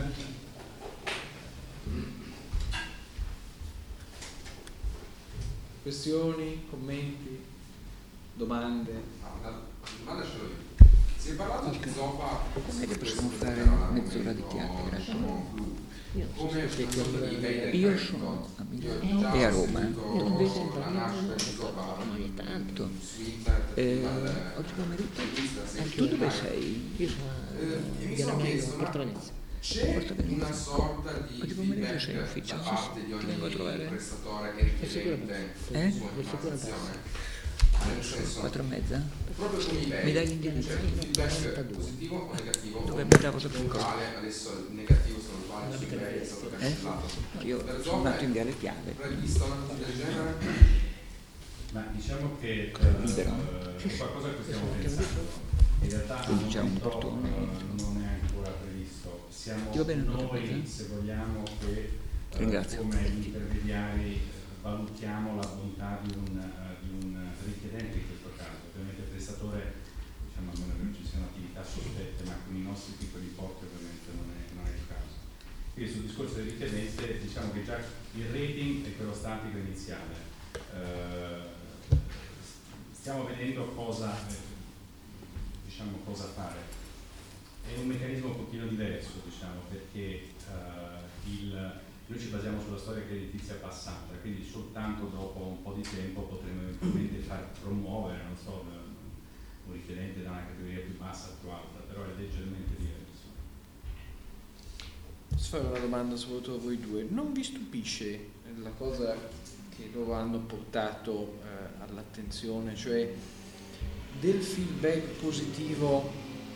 Questioni, commenti, domande? Una domanda ce l'ho io. Si è parlato di Zopa. Com'è che possiamo fare mezz'ora di chiacchiera? Come Io sono a Milano e a Roma. Io invece la nascita di Zopa ogni tanto. Eh, oggi pomeriggio Tu dove sei? Io sono Eh, mi via sono Ramello, chiesto, Porto no? Venezia. C'è una sorta di Oggi pomeriggio sei in feedback ufficio? da Sì, sì. parte di Ti vengo a ogni trovare? prestatore e richiedente Eh? sulla transazione? Nel senso, Quattro e mezza? proprio come eBay, Mi dai l'indirizzo? c'è un feedback positivo o negativo? Dove o mi davo sempre non il costo? vale, adesso il negativo se non vale su eBay è stato Eh? cancellato. No, io Per sono andato in Zope, via le chiave. prevista una cosa del genere? Ma diciamo che Libero. eh, è qualcosa a cui stiamo pensando. In realtà al Quindi c'è un momento, portone. eh, non è ancora previsto. Siamo Ti va bene, noi, se vogliamo, che eh, Ringrazio. come intermediari eh, valutiamo la bontà di un, eh, di un richiedente in questo caso. Ovviamente il prestatore, diciamo, a meno che non ci siano attività sospette, ma con i nostri piccoli porti ovviamente non è, non è il caso. Quindi sul discorso del richiedente diciamo che già il rating è quello statico iniziale. Eh, stiamo vedendo cosa, eh, diciamo, cosa fare. È un meccanismo un pochino diverso, diciamo, perché eh, il, noi ci basiamo sulla storia creditizia passata, quindi soltanto dopo un po' di tempo potremo eventualmente far promuovere, non so, un richiedente da una categoria più bassa a più alta, però è leggermente diverso. Posso fare una domanda soprattutto a voi due? Non vi stupisce la cosa che loro hanno portato eh, all'attenzione, cioè del feedback positivo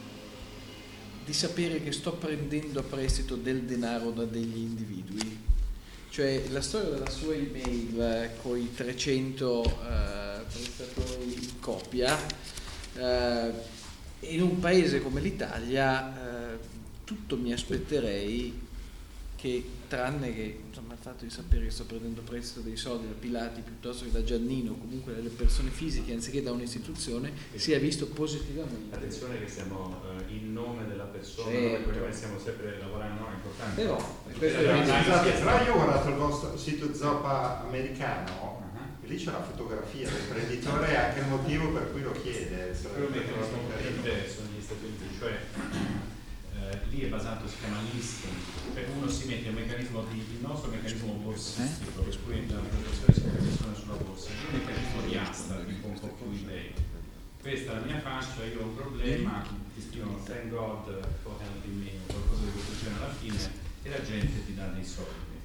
di sapere che sto prendendo a prestito del denaro da degli individui? Cioè la storia della sua email eh, con i trecento eh, prestatori in coppia, eh, in un paese come l'Italia eh, tutto mi aspetterei che, tranne che insomma, il fatto di sapere che sto prendendo prestito dei soldi da Pilati piuttosto che da Giannino, comunque dalle persone fisiche anziché da un'istituzione, sia visto positivamente. Attenzione che siamo eh, in nome della persona, Certo. noi stiamo sempre lavorando, no? È importante. Però, questo Però, è- dai, Scusate, sì, però io ho guardato il vostro sito Zoppa americano Uh-huh. e lì c'è la fotografia dell'imprenditore e anche il motivo per cui lo chiede. È un meccanismo un po' diverso negli Stati Uniti, cioè eh, lì è basato, si chiama listing, cioè uno si mette un meccanismo di, il nostro meccanismo borsistico, per cui la protezione si persone sulla borsa, c'è un meccanismo di asta, tipo un po' più eBay. Questa è la mia faccia, io ho un problema, ti scrivono thank God for helping me o qualcosa di questo genere alla fine e la gente ti dà dei soldi.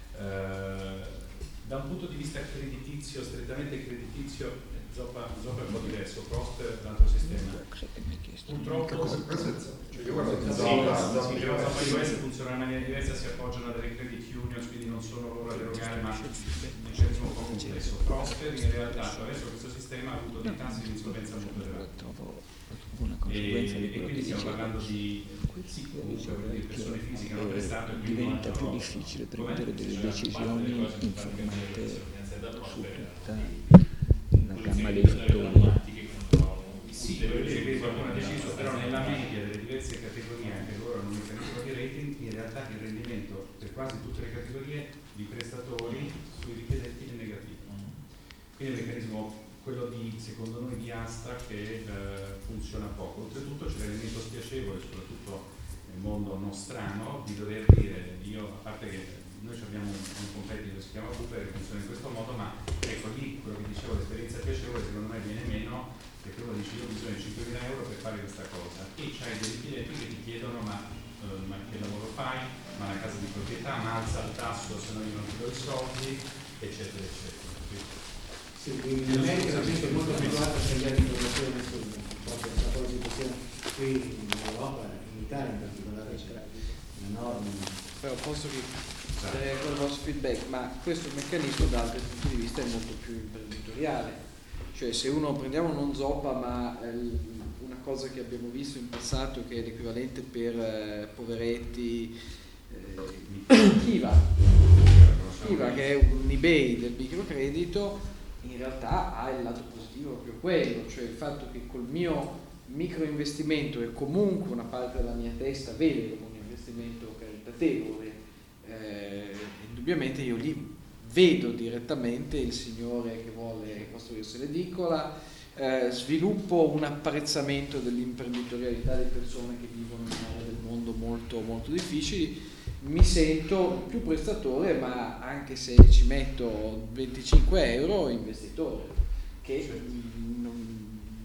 Eh, da un punto di vista creditizio, strettamente creditizio, Zoppa, Zoppa è un po' diverso, Prost è un altro sistema. Purtroppo Cioè io guardo il sì, Zoppa, sì, Zoppa sì, io però guardo Zoppa il U S funziona in maniera diversa, si appoggiano a delle credit unions, quindi non sono loro ad erogare, ma il meccanismo un po' complesso. Prosper in realtà attraverso questo sistema ha avuto dei tassi di insolvenza molto elevati. Una conseguenza di E, e quello che quindi stiamo dicevo. parlando di sì, comunque voglio dire, persone fisiche hanno Eh, prestato e quindi diventa non più hanno- difficile come? prendere delle Cioè, decisioni parte delle cose che fanno informate cambiare su da Prosper. tutta la gamma dei fattori. Sì, devo dire che qualcuno ha deciso, però nella media delle diverse categorie, anche loro hanno un meccanismo di rating, in realtà il rendimento per quasi tutte le categorie di prestatori sui richiedenti è negativo. Quindi il meccanismo, quello di, secondo noi, di asta che eh, funziona poco. Oltretutto c'è l'elemento spiacevole, soprattutto nel mondo nostrano, di dover dire, io, a parte che noi abbiamo un, un competitor che si chiama Uber che funziona in questo modo, ma ecco lì quello che dicevo, l'esperienza piacevole secondo me viene meno, perché uno dice io ho bisogno di cinquemila euro per fare questa cosa e c'hai dei richiedenti che ti chiedono ma, eh, ma che lavoro fai, ma la casa di proprietà, ma alza il tasso se no io non ti do i soldi, eccetera eccetera. Sì, in America la gente è molto abituata a scegliere informazioni su proprio questa cosa di situazione qui in Europa, in Italia in particolare c'è una norma. Però posso che dare con il vostro feedback, ma questo meccanismo da altri punti di vista è molto più imprenditoriale. Cioè se uno, prendiamo non Zoppa, ma eh, una cosa che abbiamo visto in passato che è l'equivalente per eh, poveretti, eh, Kiva, Kiva che è un eBay del microcredito, in realtà ha il lato positivo proprio quello, cioè il fatto che col mio microinvestimento e comunque una parte della mia testa vede come un investimento caritatevole, eh, indubbiamente io lì vedo direttamente il signore che vuole costruirsi l'edicola, eh, sviluppo un apprezzamento dell'imprenditorialità di persone che vivono in aree del mondo molto molto difficili, mi sento più prestatore, ma anche se ci metto venticinque euro investitore, che non,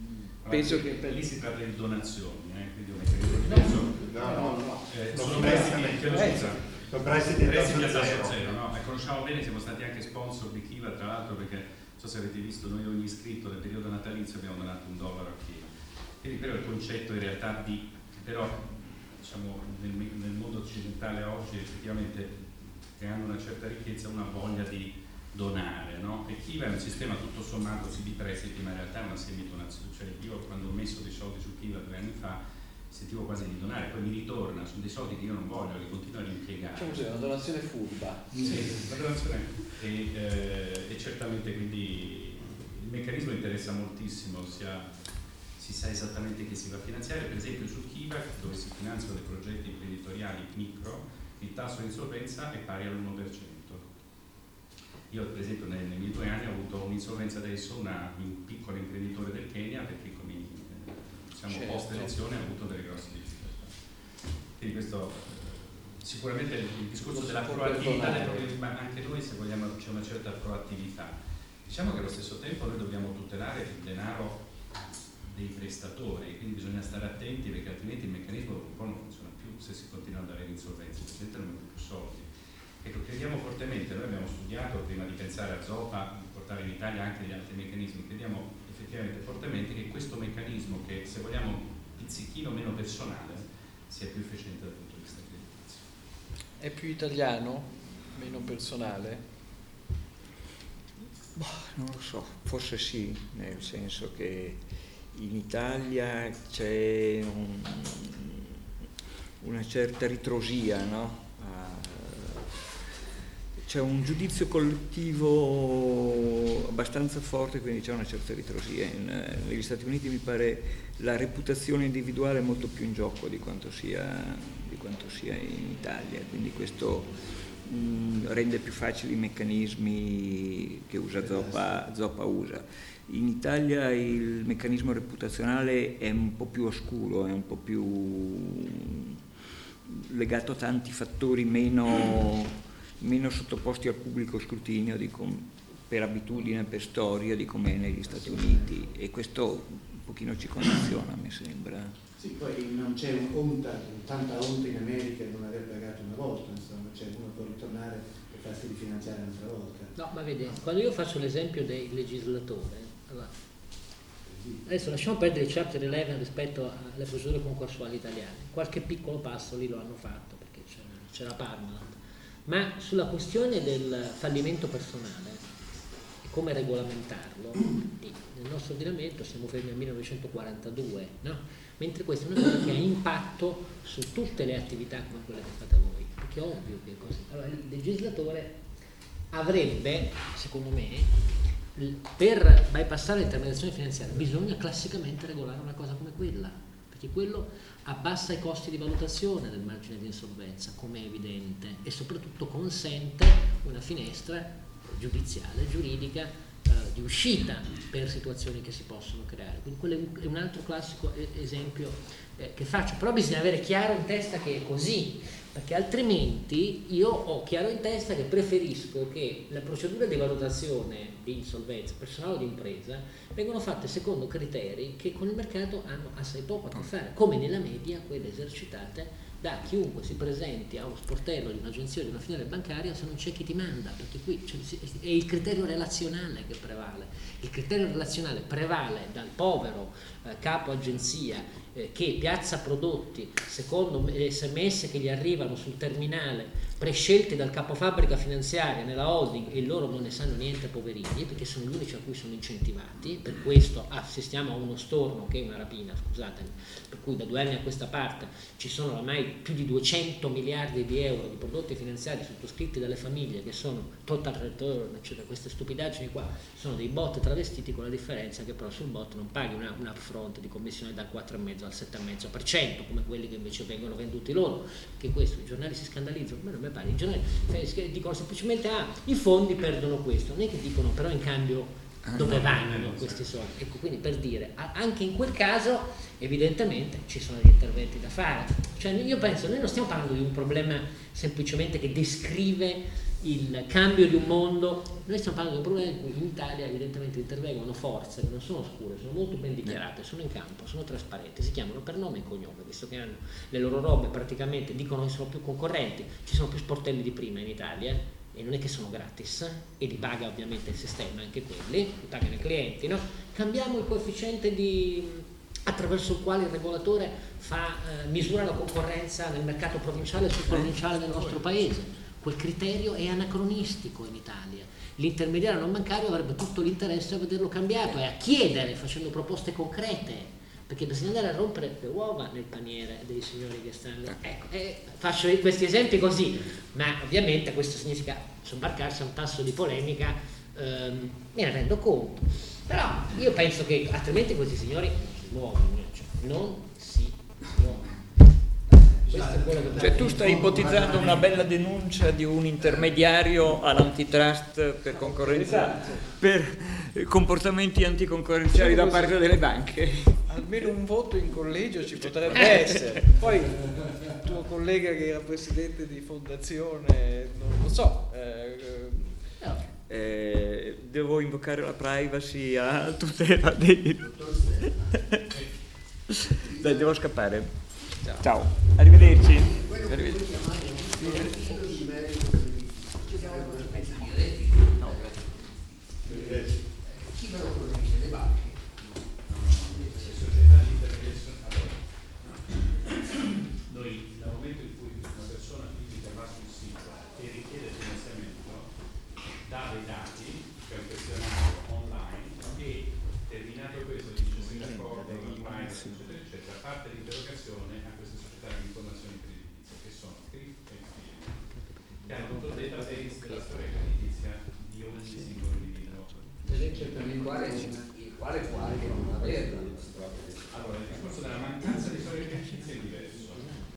penso che per... lì si tratta di donazioni, eh, quindi un meccanismo diverso. No, no, no. Eh, Sono sono prestiti, prestiti, chiedo scusa. sono prestiti a Prestiti a tasso tasso zero. zero, no? E conosciamo bene, siamo stati anche sponsor di Kiva, tra l'altro, perché non so se avete visto, noi ogni iscritto nel periodo natalizio abbiamo donato un dollaro a Kiva. Quindi però il concetto in realtà di, però diciamo nel, nel mondo occidentale oggi effettivamente che hanno una certa ricchezza, una voglia di donare, no? E Kiva è un sistema tutto sommato sì di prestiti, ma in realtà è una semi-donazione, cioè io quando ho messo dei soldi su Kiva due anni fa sentivo quasi di donare, poi mi ritorna, sono dei soldi che io non voglio, li continuo a impiegare. Diciamo così, una donazione furba. Sì, una donazione e, eh, e certamente quindi il meccanismo interessa moltissimo, sia si sa esattamente che si va a finanziare, per esempio su Kiva dove si finanziano dei progetti imprenditoriali micro, il tasso di insolvenza è pari all'uno per cento. Io per esempio nei, nei miei due anni ho avuto un'insolvenza adesso, una, un piccolo imprenditore del Kenya perché come eh, diciamo certo. post elezione ha avuto delle grosse difficoltà. Quindi questo eh, sicuramente il discorso Lo della proattività, ma anche noi se vogliamo c'è una certa proattività. Diciamo che allo stesso tempo noi dobbiamo tutelare il denaro dei prestatori, quindi bisogna stare attenti perché altrimenti il meccanismo un po' non funziona più se si continua ad avere insolvenze, la gente non mette più soldi. Ecco, crediamo fortemente, noi abbiamo studiato prima di pensare a Zopa, di portare in Italia anche gli altri meccanismi, crediamo effettivamente fortemente che questo meccanismo che se vogliamo un pizzichino meno personale sia più efficiente dal punto di vista creditizio. È più italiano, meno personale? Boh, non lo so, forse sì, nel senso che in Italia c'è un, una certa ritrosia, no? C'è un giudizio collettivo abbastanza forte, quindi c'è una certa ritrosia. In, negli Stati Uniti mi pare la reputazione individuale è molto più in gioco di quanto sia, di quanto sia in Italia, quindi questo mh, rende più facili i meccanismi che usa Zopa, Zopa usa. In Italia il meccanismo reputazionale è un po' più oscuro, è un po' più legato a tanti fattori meno, meno sottoposti al pubblico scrutinio di com- per abitudine, per storia, di come è negli Stati Uniti, e questo un pochino ci condiziona, mi sembra. Sì, poi non c'è un'onta, tanta onta in America non aver pagato una volta, insomma, cioè uno può ritornare e farsi rifinanziare un'altra volta. No, ma vedi, quando io faccio l'esempio del legislatore, allora, adesso lasciamo perdere il chapter undici rispetto alle procedure concorsuali italiane, qualche piccolo passo lì lo hanno fatto perché c'è, c'è la Parmalat, ma sulla questione del fallimento personale e come regolamentarlo, nel nostro ordinamento siamo fermi al millenovecentoquarantadue, no? Mentre questa è una cosa che ha impatto su tutte le attività come quelle che fate voi, perché è ovvio che è così. Allora, il legislatore avrebbe, secondo me, per bypassare l'intermediazione finanziaria bisogna classicamente regolare una cosa come quella, perché quello abbassa i costi di valutazione del margine di insolvenza, come è evidente, e soprattutto consente una finestra giudiziale, giuridica, eh, di uscita per situazioni che si possono creare. Quindi quello è un altro classico esempio eh, che faccio, però bisogna avere chiaro in testa che è così, perché altrimenti io ho chiaro in testa che preferisco che le procedure di valutazione di insolvenza, personale o di impresa, vengono fatte secondo criteri che con il mercato hanno assai poco a che fare, come nella media quelle esercitate da chiunque si presenti allo sportello di un'agenzia o di una filiale bancaria se non c'è chi ti manda, perché qui è il criterio relazionale che prevale. Il criterio relazionale prevale dal povero eh, capo agenzia eh, che piazza prodotti secondo le sms che gli arrivano sul terminale prescelti dal capofabbrica finanziaria nella holding, e loro non ne sanno niente, poverini, perché sono gli unici a cui sono incentivati. Per questo assistiamo a uno storno che è una rapina, scusatemi, per cui da due anni a questa parte ci sono oramai più di duecento miliardi di euro di prodotti finanziari sottoscritti dalle famiglie che sono total return, eccetera. Queste stupidaggini qua sono dei bot travestiti, con la differenza che però sul bot non paghi una, un upfront di commissione dal quattro virgola cinque al sette virgola cinque per cento come quelli che invece vengono venduti loro, che questo i giornali si scandalizzano, ma non mi pare, i giornali dicono semplicemente ah, i fondi perdono questo, non è che dicono però in cambio dove vanno questi soldi. Ecco, quindi per dire, anche in quel caso evidentemente ci sono degli interventi da fare. Cioè io penso, noi non stiamo parlando di un problema semplicemente che descrive il cambio di un mondo, noi stiamo parlando di un problema in cui in Italia evidentemente intervengono forze che non sono oscure, sono molto ben dichiarate, sono in campo, sono trasparenti, si chiamano per nome e cognome, visto che hanno le loro robe praticamente, dicono che sono più concorrenti, ci sono più sportelli di prima in Italia, e non è che sono gratis, e li paga ovviamente il sistema, anche quelli, li pagano i clienti, no? Cambiamo il coefficiente di, attraverso il quale il regolatore fa, eh, misura la concorrenza nel mercato provinciale e subprovinciale del nostro paese. Quel criterio è anacronistico in Italia. L'intermediario non bancario avrebbe tutto l'interesse a vederlo cambiato e a chiedere, facendo proposte concrete, perché bisogna andare a rompere le uova nel paniere dei signori che stanno. Ecco, eh, faccio questi esempi così, ma ovviamente questo significa sobbarcarsi a un tasso di polemica, ehm, me ne rendo conto. Però io penso che altrimenti questi signori non si muovono, cioè non si muovono. Cioè tu stai ipotizzando una bella denuncia di un intermediario all'antitrust per concorrenza, per comportamenti anticoncorrenziali da parte delle banche. Almeno un voto in collegio ci potrebbe essere. Poi il tuo collega che era presidente di fondazione, non lo so. Eh, eh, devo invocare la privacy a tutela dei... Dai, devo scappare. Ciao. Ciao, arrivederci. Arrivederci. Chi me lo fornisce? Le banche? Noi dal momento in cui una persona fisica va sul sito e richiede finanziamento, dà dei dati, c'è un questionario online e terminato questo dice se d'accordo con il privacy, eccetera, eccetera, parte l'interrogazione a queste società di informazioni creditizie che sono C R I F e F I E, che hanno tutto il database della storia creditizia di ogni singolo individuo. Il quale, il quale quale non aveva. Allora, il discorso della mancanza di storia creditizia è diverso.